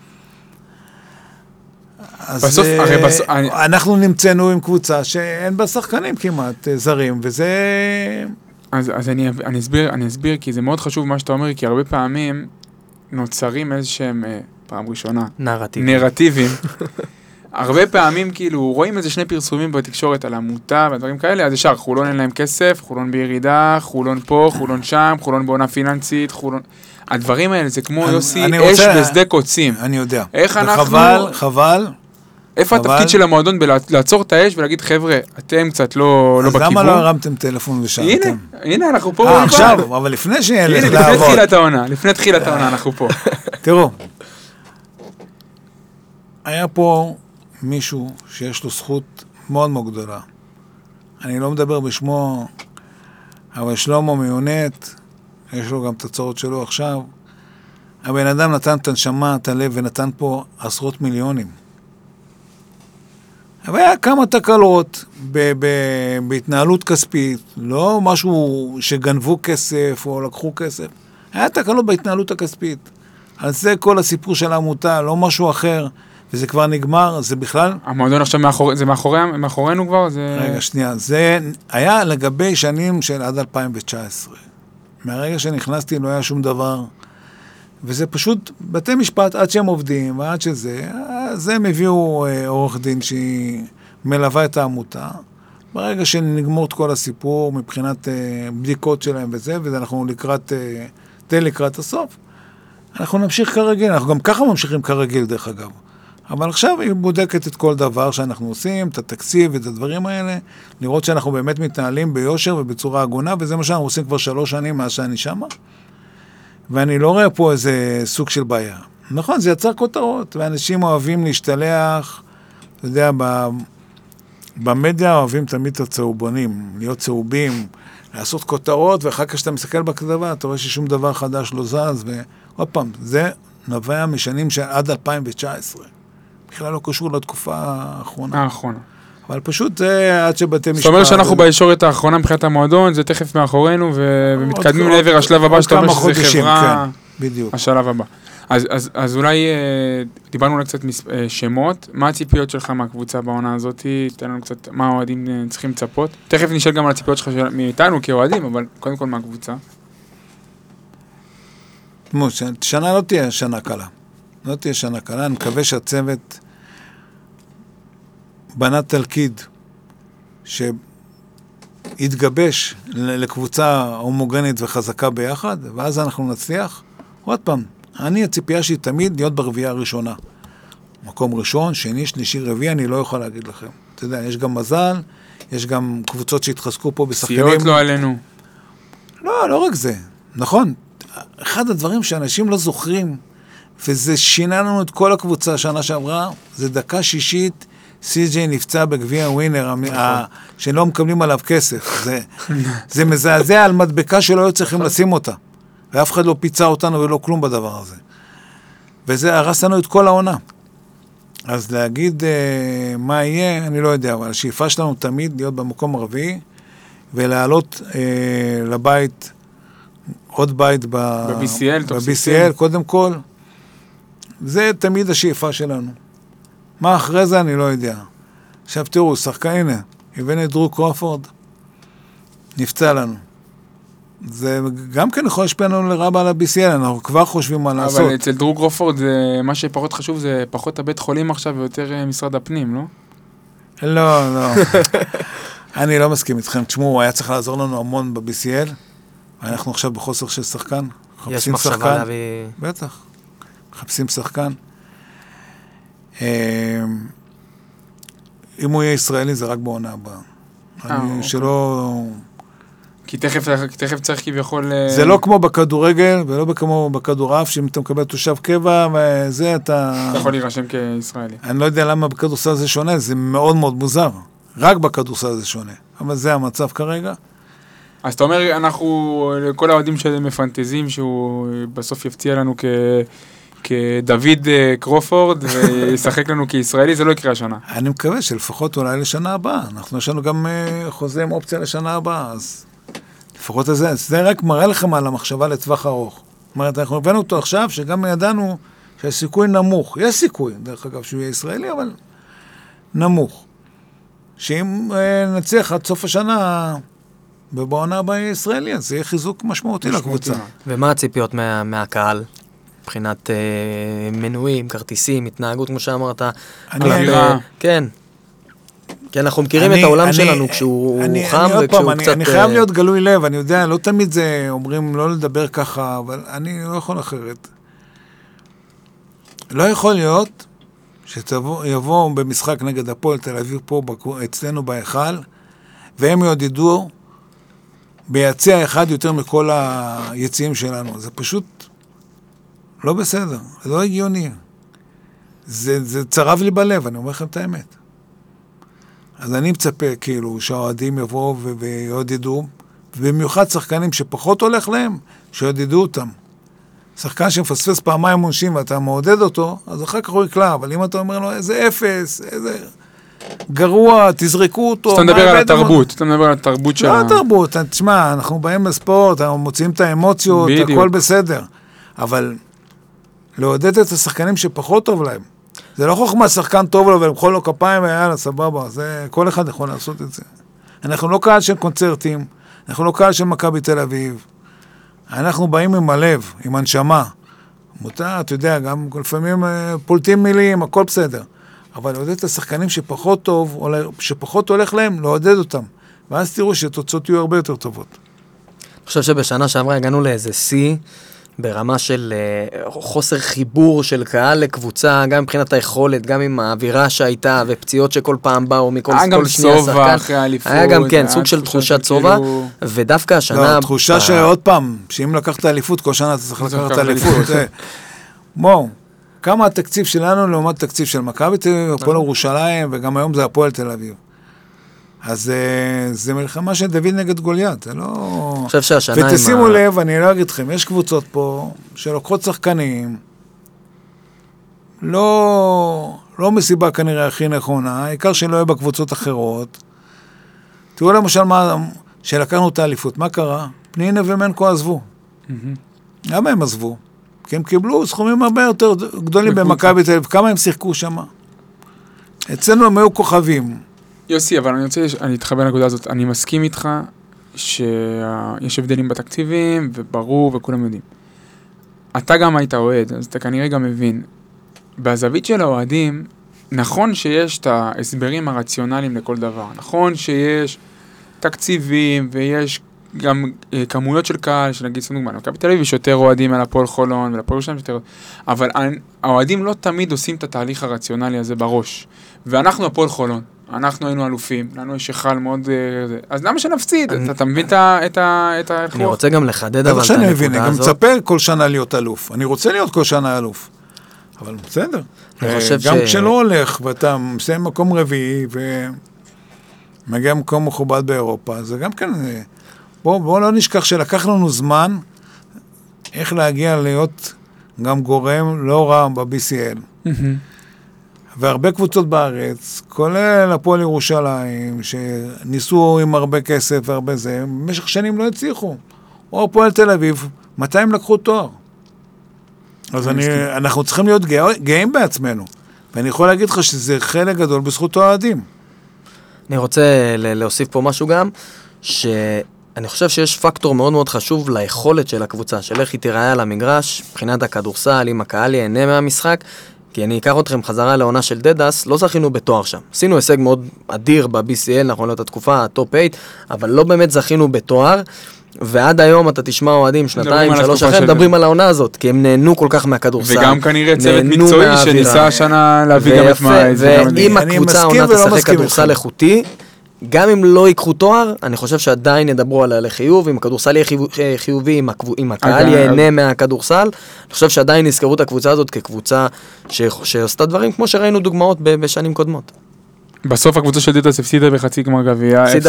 [SPEAKER 3] אז
[SPEAKER 2] בסוף,
[SPEAKER 3] אנחנו נמצאנו עם קבוצה שאין בה שחקנים כמעט זרים, וזה...
[SPEAKER 2] אז אני אסביר, כי זה מאוד חשוב מה שאתה אומר, כי הרבה פעמים נוצרים איזשהם, פעם ראשונה, נרטיבים. הרבה פעמים כאילו רואים איזה 2 פרסומים בתקשורת על עמותה ודברים כאלה, אז ישר, חולון אין להם כסף, חולון בירידה, חולון פה, חולון שם, חולון בעונה פיננסית, חולון... הדברים האלה זה כמו יוסי אש בשדה קוצים.
[SPEAKER 3] אני יודע.
[SPEAKER 2] איך אנחנו...
[SPEAKER 3] חבל.
[SPEAKER 2] איפה התפקיד של המועדון בלעצור את האש ולהגיד, חבר'ה, אתם קצת לא בכיוון?
[SPEAKER 3] אז למה לא הרמתם טלפון ושאלתם?
[SPEAKER 2] הנה, אנחנו פה.
[SPEAKER 3] עכשיו, אבל לפני שילך לעבוד.
[SPEAKER 2] לפני תחילת העונה, אנחנו פה.
[SPEAKER 3] תראו, היה פה מישהו שיש לו זכות מאוד מאוד גדולה. אני לא מדבר בשמו, אבל שלמה מיונט, יש לו גם את הצורות שלו עכשיו. הבן אדם נתן את הנשמה, את הלב, ונתן פה עשרות מיליונים. אבל היה כמה תקלות בהתנהלות כספית, לא משהו שגנבו כסף או לקחו כסף. היה תקלות בהתנהלות הכספית. על זה כל הסיפור של העמותה, לא משהו אחר. וזה כבר נגמר, זה בכלל...
[SPEAKER 2] המועדון עכשיו זה מאחורינו כבר?
[SPEAKER 3] רגע, שנייה, זה היה לגבי שנים של עד 2019. מהרגע שנכנסתי לא היה שום דבר, וזה פשוט בתי משפט עד שהם עובדים, ועד שזה, אז הם הביאו עורך דין שהיא מלווה את העמותה, ברגע שנגמור את כל הסיפור מבחינת בדיקות שלהם וזה, ואנחנו לקראת הסוף, אנחנו נמשיך כרגיל, אנחנו גם ככה ממשיכים כרגיל דרך אגב. אבל עכשיו היא בודקת את כל דבר שאנחנו עושים, את התקציב ואת הדברים האלה, לראות שאנחנו באמת מתנהלים ביושר ובצורה הגונה, וזה מה שאנחנו עושים כבר 3 שנים מאז שאני שמה. ואני לא רואה פה איזה סוג של בעיה. נכון, זה יצר כותרות, ואנשים אוהבים להשתלח, אתה יודע, במדיה אוהבים תמיד את הצהובונים, להיות צהובים, לעשות כותרות, ואחר כך שאתה מסתכל בכתבה, אתה רואה ששום דבר חדש לא זז, ועוד פעם, זה נובע משנים עד 2019. בכלל לא קשור לתקופה האחרונה. אבל פשוט זה עד שבתי משפט...
[SPEAKER 2] זאת אומרת שאנחנו בישורת האחרונה מבחינת המועדון, זה תכף מאחורינו, ומתקדמים לעבר השלב הבא, שאתה אומר שזה חברה...
[SPEAKER 3] בדיוק.
[SPEAKER 2] השלב הבא. אז אולי דיברנו על קצת שמות, מה הציפיות שלך מהקבוצה בעונה הזאת? תן לנו קצת מה האוהדים צריכים לצפות. תכף נשאל גם על הציפיות שלך מאיתנו כאוהדים, אבל קודם כל מהקבוצה.
[SPEAKER 3] שנה לא תהיה שנה קלה. לא תהיה שנה קלה. אני מקווה שהצוות בנה תלכיד שיתגבש לקבוצה הומוגנית וחזקה ביחד, ואז אנחנו נצליח. עוד פעם, הציפייה שלי תמיד להיות ברביעייה הראשונה. מקום ראשון, שני, שלישי, רביעי, אני לא יכול להגיד לכם. אתה יודע, יש גם מזל, יש גם קבוצות שהתחזקו פה בשחקנים.
[SPEAKER 2] סיעות לא עלינו.
[SPEAKER 3] לא רק זה. נכון. אחד הדברים שאנשים לא זוכרים, וזה שינה לנו את כל הקבוצה שנה שעברה, זה דקה שישית, סי.ג'יי נפצע בגביע ווינר, שלא מקבלים עליו כסף. זה מזעזע על מדבקה שלא היו צריכים לשים אותה. ואף אחד לא פיצה אותנו ולא כלום בדבר הזה. וזה הרס לנו את כל העונה. אז להגיד מה יהיה, אני לא יודע, אבל השאיפה שלנו תמיד להיות במקום הרביעי, ולעלות לבית, עוד בית ב-BCL, קודם כל. זה תמיד השאיפה שלנו. מה אחרי זה אני לא יודע. עכשיו תראו, שחקן, הנה, הבאנו את דרו קרופורד, נפצע לנו. זה גם כן יכול להשפיע לנו לרבה על ה-BCL, אנחנו כבר חושבים מה לעשות.
[SPEAKER 2] אבל אצל דרו קרופורד, מה שפחות חשוב זה פחות הבית חולים עכשיו ויותר משרד הפנים, לא?
[SPEAKER 3] לא. אני לא מסכים איתכם. תשמעו, הוא היה צריך לעזור לנו המון ב-BCL, ואנחנו עכשיו בחוסר של שחקן.
[SPEAKER 4] יש מחשבה להביא...
[SPEAKER 3] בטח. מחפשים שחקן. אם הוא יהיה ישראלי, זה רק בעונה הבאה. שלא...
[SPEAKER 2] כי תכף צריך כביכול...
[SPEAKER 3] זה לא כמו בכדורגל, ולא כמו בכדורעף, שאם אתה מקבל תושב קבע, וזה אתה...
[SPEAKER 2] אתה יכול להירשם כישראלי.
[SPEAKER 3] אני לא יודע למה בכדורסל זה שונה, זה מאוד מאוד מוזר. רק בכדורסל זה שונה. אבל זה המצב כרגע.
[SPEAKER 2] אז אתה אומר, אנחנו, כל האוהדים שמפנטזים, שהוא בסוף יפציע לנו כדוד קרופורד, וישחק לנו כישראלי, זה לא יקרה השנה.
[SPEAKER 3] אני מקווה שלפחות אולי לשנה הבאה. יש לנו גם חוזה עם אופציה לשנה הבאה, אז... לפחות זה רק מראה לכם על המחשבה לטווח ארוך. זאת אומרת, אנחנו הבאנו אותו עכשיו, שגם ידענו שהסיכוי נמוך. יש סיכוי, דרך אגב, שהוא יהיה ישראלי, אבל נמוך. שאם נצליח עד סוף השנה, ובעונה הבאה יהיה ישראלי, אז זה יהיה חיזוק משמעותי לקבוצה.
[SPEAKER 4] ומה הציפיות מהקהל? מבחינת מנויים, כרטיסים, התנהגות, כמו שאמרת? כן. כי אנחנו מכירים את העולם שלנו כשהוא חם וכשהוא קצת...
[SPEAKER 3] אני חייב להיות גלוי לב, אני יודע, לא תמיד זה אומרים לא לדבר ככה, אבל אני לא יכול אחרת. לא יכול להיות שיבואו במשחק נגד הפועל תל אביב פה אצלנו בהיכל, והם יעודדו ביציע אחד יותר מכל היציעים שלנו. זה פשוט לא בסדר, זה לא הגיוני. זה צרב לי בלב, אני אומר לכם את האמת. אז אני מצפה כאילו שהאוהדים יבואו ויעודדו, ובמיוחד שחקנים שפחות הולך להם, שיעודדו אותם. שחקן שמפספס פעמיים עונשין ואתה מעודד אותו, אז אחר כך הוא יקלע, אבל אם אתה אומר לו איזה אפס, איזה גרוע, תזרקו אותו.
[SPEAKER 2] אתה מדבר על התרבות, אתה מדבר על התרבות של...
[SPEAKER 3] לא התרבות, תשמע, אנחנו באים בספורט, אנחנו מוצאים את האמוציות, הכל בסדר. אבל לעודד את השחקנים שפחות טוב להם. זה לא חוכמה, שחקן טוב לו ולמחוא לו כפיים, ויאללה, סבבה, זה, כל אחד יכול לעשות את זה. אנחנו לא קהל של קונצרטים, אנחנו לא קהל של מכבי תל אביב, אנחנו באים עם הלב, עם הנשמה. מותר, אתה יודע, גם לפעמים פולטים מילים, הכל בסדר. אבל לעודד את השחקנים שפחות טוב, שפחות הולך להם, לעודד אותם. ואז תראו שתוצאות יהיו הרבה יותר טובות.
[SPEAKER 4] אני חושב שבשנה שעברה הגענו לאיזה שיא, ברמה של חוסר חיבור של קהל לקבוצה, גם מבחינת היכולת, גם עם האווירה שהייתה, ופציעות שכל פעם באו מכל שנייה שחקן. היה גם כן, סוג של תחושת צובה, ודווקא השנה...
[SPEAKER 3] לא, תחושה שעוד פעם, שאם לקחת אליפות, כל שנה אתה צריך לקחת אליפות. בואו, כמה התקציב שלנו לעומת תקציב של מכבי תל אביב, הפועל ירושלים, וגם היום זה הפועל תל אביב. אז זה מלחמה של דוד נגד גוליית, זה לא...
[SPEAKER 4] אני חושב שהשנה...
[SPEAKER 3] ותשימו לב, אני לא אגיד לכם, יש קבוצות פה שלוקחות שחקנים, לא מסיבה כנראה הכי נכונה, העיקר שלא יהיה בקבוצות אחרות. תראו למשל שלקחנו את האליפות, מה קרה? פנינה ומנקו עזבו. למה הם עזבו? כי הם קיבלו סכומים הרבה יותר גדולים במכבי תל אביב, כמה הם שיחקו שם? אצלנו הם היו כוכבים.
[SPEAKER 2] יוסי, אבל אני אתחבר לנקודה הזאת, אני מסכים איתך שיש הבדלים בתקציבים, וברור וכולם יודעים. אתה גם היית אוהד, אז אתה כנראה גם מבין. בזווית של האוהדים, נכון שיש את ההסברים הרציונליים לכל דבר, נכון שיש תקציבים ויש גם כמויות של קהל, שנגיד סתם דוגמה, מכבי תל אביב יש יותר אוהדים על הפועל חולון ולפועל ירושלים יותר, אבל האוהדים לא תמיד עושים את התהליך הרציונלי הזה בראש. ואנחנו הפועל חולון, אנחנו היינו אלופים, לנו יש שחל מאוד, אז למה שנפסיד? אתה מבין את ההלכוח?
[SPEAKER 4] אני רוצה גם לחדד אבל את
[SPEAKER 3] הנקודה הזאת. אני גם מצפה כל שנה להיות אלוף. אני רוצה להיות כל שנה אלוף. אבל בסדר. גם כשלא הולך, ואתה מסיים מקום רביעי, ומגיע מקום מכובד באירופה, זה גם כן... בואו לא נשכח שלקח לנו זמן איך להגיע להיות גם גורם לא רע ב-BCL. והרבה קבוצות בארץ, כולל הפועל ירושלים, שניסו עם הרבה כסף והרבה זה, במשך שנים לא הצליחו. או הפועל תל אביב, מתי הם לקחו תואר? אז אנחנו צריכים להיות גאים בעצמנו. ואני יכול להגיד לך שזה חלק גדול בזכות האוהדים.
[SPEAKER 4] אני רוצה להוסיף פה משהו גם, אני חושב שיש פקטור מאוד מאוד חשוב ליכולת של הקבוצה, של איך היא תיראה על המגרש, מבחינת הכדורסל, אם הקהל ייהנה מהמשחק, כי אני אקח אתכם חזרה לעונה של דדס, לא זכינו בתואר שם. עשינו הישג מאוד אדיר ב-BCL, נכון להיות התקופה, הטופ 8, אבל לא באמת זכינו בתואר, ועד היום אתה תשמע אוהדים, שנתיים, 3 אחרי, מדברים על העונה הזאת, כי הם נהנו כל כך מהכדורסל.
[SPEAKER 2] וגם כנראה צוות מקצועי שניסה השנה להביא גם את מה...
[SPEAKER 4] ואם הקבוצה העונה תשחק כדורסל איכותי, גם אם לא ייקחו תואר, אני חושב שעדיין ידברו עליה לחיוב, אם הכדורסל יהיה חיובי, אם הקהל ייהנה מהכדורסל, אני חושב שעדיין נזכרו את הקבוצה הזאת כקבוצה שעשתה דברים כמו שראינו דוגמאות בשנים קודמות.
[SPEAKER 2] בסוף הקבוצה של דדס הפסידה בחצי גמר גביע,
[SPEAKER 4] הפסידה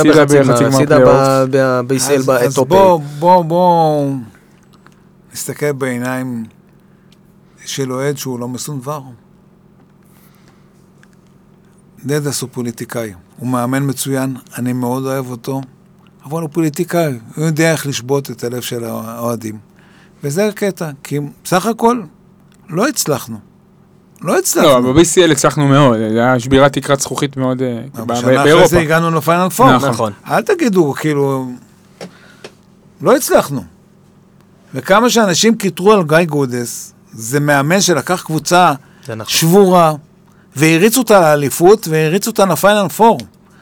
[SPEAKER 4] בישראל בטופ.
[SPEAKER 3] אז בואו נסתכל בעיניים של אוהד שהוא לא מסונבר. דדס הוא פוליטיקאי, הוא מאמן מצוין, אני מאוד אוהב אותו, אבל הוא פוליטיקאי, הוא יודע איך לשבות את הלב של האוהדים. וזה הקטע, כי בסך הכל לא הצלחנו. לא,
[SPEAKER 2] ב-BCL הצלחנו מאוד, זה היה שבירת תקרת זכוכית מאוד באירופה.
[SPEAKER 3] בשנה אחרי זה הגענו לפיינל פור.
[SPEAKER 4] נכון.
[SPEAKER 3] אל תגידו, כאילו, לא הצלחנו. וכמה שאנשים קיטרו על גיא גודס, זה מאמן שלקח קבוצה שבורה, והריצו אותה לאליפות, והריצו אותה לפיינל פור.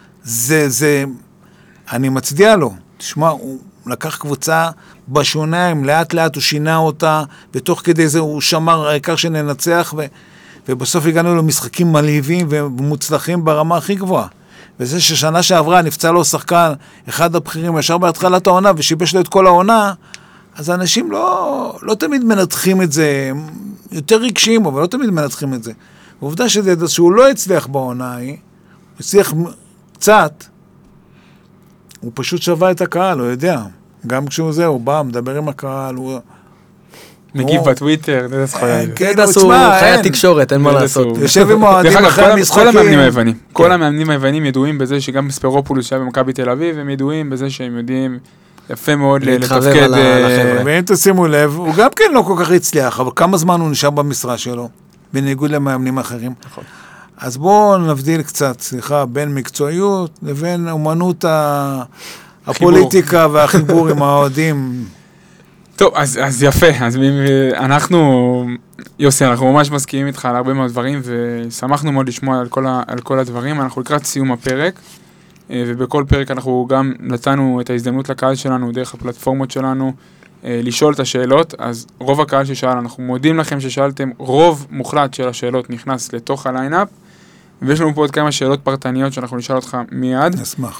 [SPEAKER 3] אני מצדיע לו. תשמע, הוא לקח קבוצה בשוניים, לאט לאט הוא שינה אותה, ותוך כדי זה הוא שמר העיקר שננצח, ובסוף הגענו למשחקים מלהיבים ומוצלחים ברמה הכי גבוהה. וזה ששנה שעברה נפצע לו שחקן, אחד הבכירים ישר בהתחלת העונה, ושיבש לו את כל העונה, אז אנשים לא תמיד מנתחים את זה, יותר רגשיים, אבל לא תמיד מנתחים את זה. העובדה שזה שהוא לא הצליח בעונה היא, הוא הצליח קצת, הוא פשוט שווה את הקהל, הוא יודע. גם כשהוא זה, הוא בא, מדבר עם הקהל, הוא...
[SPEAKER 2] מגיב בטוויטר, דדס חיה.
[SPEAKER 4] דדס הוא חיית תקשורת, אין מה לעשות.
[SPEAKER 3] יושב עם אוהדים אחרי המשחקים.
[SPEAKER 2] כל המאמנים היוונים, כל המאמנים היוונים ידועים בזה שגם בספרופולוס שהיה במכבי תל אביב, הם ידועים בזה שהם יודעים יפה מאוד לתפקד.
[SPEAKER 3] ואם תשימו לב, הוא גם כן לא כל כך הצליח, אבל כמה זמן הוא נשאר במשרה שלו, בניגוד למאמנים אחרים. נכון. אז בואו נבדיל קצת, סליחה, בין מקצועיות לבין אומנות הפוליטיקה והחיבור עם האוהדים.
[SPEAKER 2] טוב, אז יפה, אז אנחנו, יוסי, אנחנו ממש מסכימים איתך על הרבה מאוד דברים, ושמחנו מאוד לשמוע על כל הדברים. אנחנו לקראת סיום הפרק, ובכל פרק אנחנו גם נתנו את ההזדמנות לקהל שלנו, דרך הפלטפורמות שלנו, לשאול את השאלות. אז רוב הקהל ששאל, אנחנו מודים לכם ששאלתם, רוב מוחלט של השאלות נכנס לתוך הליינאפ, ויש לנו פה עוד כמה שאלות פרטניות שאנחנו נשאל אותך מיד.
[SPEAKER 3] נשמח.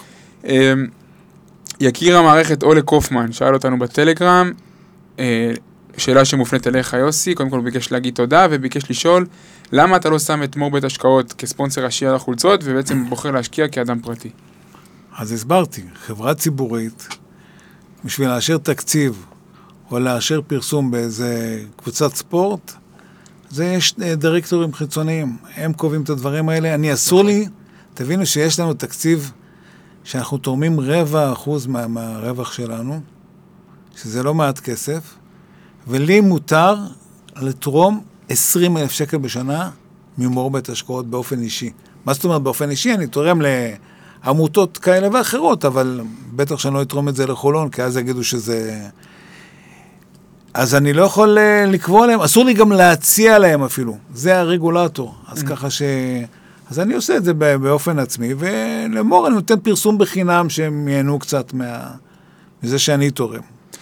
[SPEAKER 2] יקיר המערכת אולה קופמן, שאל אותנו בטלגרם, שאלה שמופנית אליך יוסי, קודם כל הוא ביקש להגיד תודה, וביקש לשאול, למה אתה לא שם את מור בית השקעות כספונסר ראשי על החולצות, ובעצם בוחר להשקיע כאדם פרטי?
[SPEAKER 3] אז הסברתי, חברה ציבורית, בשביל לאשר תקציב, או לאשר פרסום באיזה קבוצת ספורט, זה יש דירקטורים חיצוניים, הם קובעים את הדברים האלה. אני אסור לי, תבינו שיש לנו תקציב שאנחנו תורמים 0.25% מהרווח שלנו, שזה לא מעט כסף, ולי מותר לתרום 20,000 שקל בשנה ממור בית השקעות באופן אישי. מה זאת אומרת באופן אישי? אני תורם לעמותות כאלה ואחרות, אבל בטח שאני לא אתרום את זה לחולון, כי אז יגידו שזה... אז אני לא יכול לקבוע להם, אסור לי גם להציע להם אפילו. זה הרגולטור. אז ככה ש... אז אני עושה את זה באופן עצמי, ולמור אני נותן פרסום בחינם שהם ייהנו קצת מזה שאני תורם.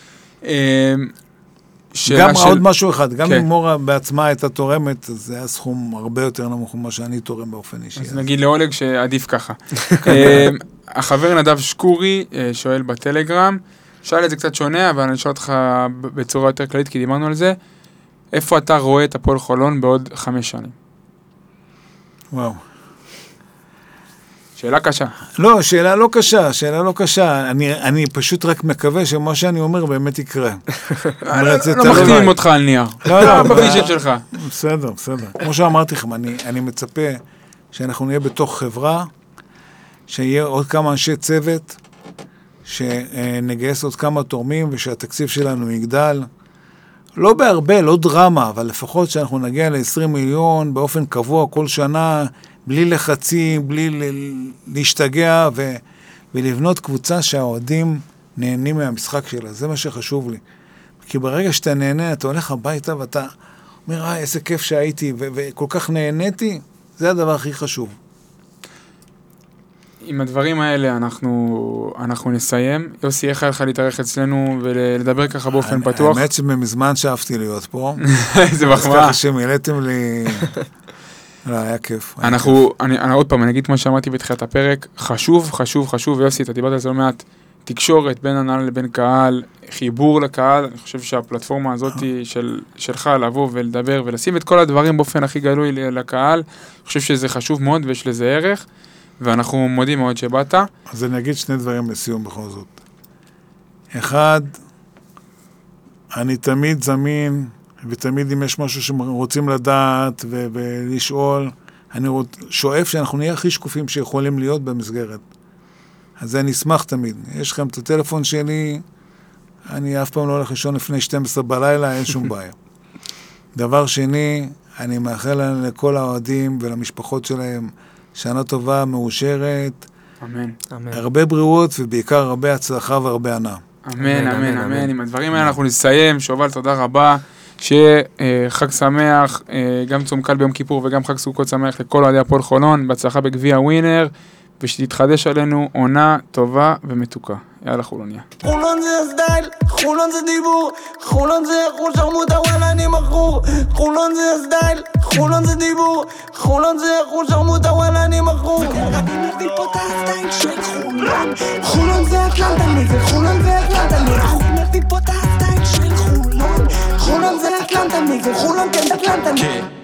[SPEAKER 3] גם עוד משהו אחד, גם אם מורה בעצמה הייתה תורמת, זה היה סכום הרבה יותר נמוך ממה שאני תורם באופן אישי.
[SPEAKER 2] אז נגיד לאולג שעדיף ככה. החבר נדב שקורי שואל בטלגרם, שאל את זה קצת שונה, אבל אני אשאל אותך בצורה יותר כללית, כי דיברנו על זה, איפה אתה רואה את הפועל חולון בעוד 5 שנים?
[SPEAKER 3] וואו.
[SPEAKER 2] שאלה קשה.
[SPEAKER 3] לא, שאלה לא קשה. אני פשוט רק מקווה שמה שאני אומר באמת יקרה.
[SPEAKER 2] לא מחתימים אותך על נייר.
[SPEAKER 3] לא,
[SPEAKER 2] בוויז'ן שלך.
[SPEAKER 3] בסדר. כמו שאמרתי לכם, אני מצפה שאנחנו נהיה בתוך חברה, שיהיה עוד כמה אנשי צוות, שנגייס עוד כמה תורמים, ושהתקציב שלנו יגדל. לא בהרבה, לא דרמה, אבל לפחות שאנחנו נגיע ל-20 מיליון באופן קבוע כל שנה, בלי לחצים, בלי להשתגע, ולבנות קבוצה שהאוהדים נהנים מהמשחק שלה. זה מה שחשוב לי. כי ברגע שאתה נהנה, אתה הולך הביתה ואתה אומר, איזה כיף שהייתי, וכל כך נהניתי, זה הדבר הכי חשוב.
[SPEAKER 2] עם הדברים האלה אנחנו נסיים. יוסי, איך היה לך להתארח אצלנו ולדבר ככה באופן פתוח?
[SPEAKER 3] האמת שמזמן שאפתי להיות פה.
[SPEAKER 2] איזה מחמאה.
[SPEAKER 3] אז ככה שמילאתם לי... לא, היה כיף.
[SPEAKER 2] עוד פעם, אני אגיד כמו שאמרתי בתחילת הפרק, חשוב, יוסי, אתה דיברת על זה לא מעט, תקשורת בין הנהל לבין קהל, חיבור לקהל, אני חושב שהפלטפורמה הזאת שלך לבוא ולדבר ולשים את כל הדברים באופן הכי גלוי לקהל, אני חושב שזה חשוב מאוד ויש לזה ערך, ואנחנו מודים מאוד שבאת.
[SPEAKER 3] אז אני אגיד 2 דברים לסיום בכל זאת. 1, אני תמיד זמין, ותמיד אם יש משהו שרוצים לדעת ולשאול, אני שואף שאנחנו נהיה הכי שקופים שיכולים להיות במסגרת. אז אני אשמח תמיד. יש לכם את הטלפון שלי, אני אף פעם לא הולך לישון לפני 12 בלילה, אין שום בעיה. דבר שני, אני מאחל לכל האוהדים ולמשפחות שלהם שנה טובה, מאושרת.
[SPEAKER 2] אמן.
[SPEAKER 3] הרבה בריאות ובעיקר הרבה הצלחה והרבה ענה.
[SPEAKER 2] אמן. עם הדברים האלה אנחנו נסיים. שובל, תודה רבה. שיהיה חג שמח, גם צום קל ביום כיפור וגם חג סוכות שמח לכל אוהדי הפועל חולון, בהצלחה בגביע ווינר, ושתתחדש עלינו עונה טובה ומתוקה. יאללה חולוניה.
[SPEAKER 1] חולון זה הסטייל, חולון זה דיבור, חולון זה אחוז שרמוטה וואלה אני מכור. חולון זה הסטייל, חולון זה דיבור, חולון זה אחוז שרמוטה וואלה אני מכור. אני מביא פה את הסטייל של חולון, חולון זה אטלנטני וחולון זה אטלנטני. אני מביא פה את הסטייל של חולון, חולון זה אטלנטני וחולון כן אטלנטני.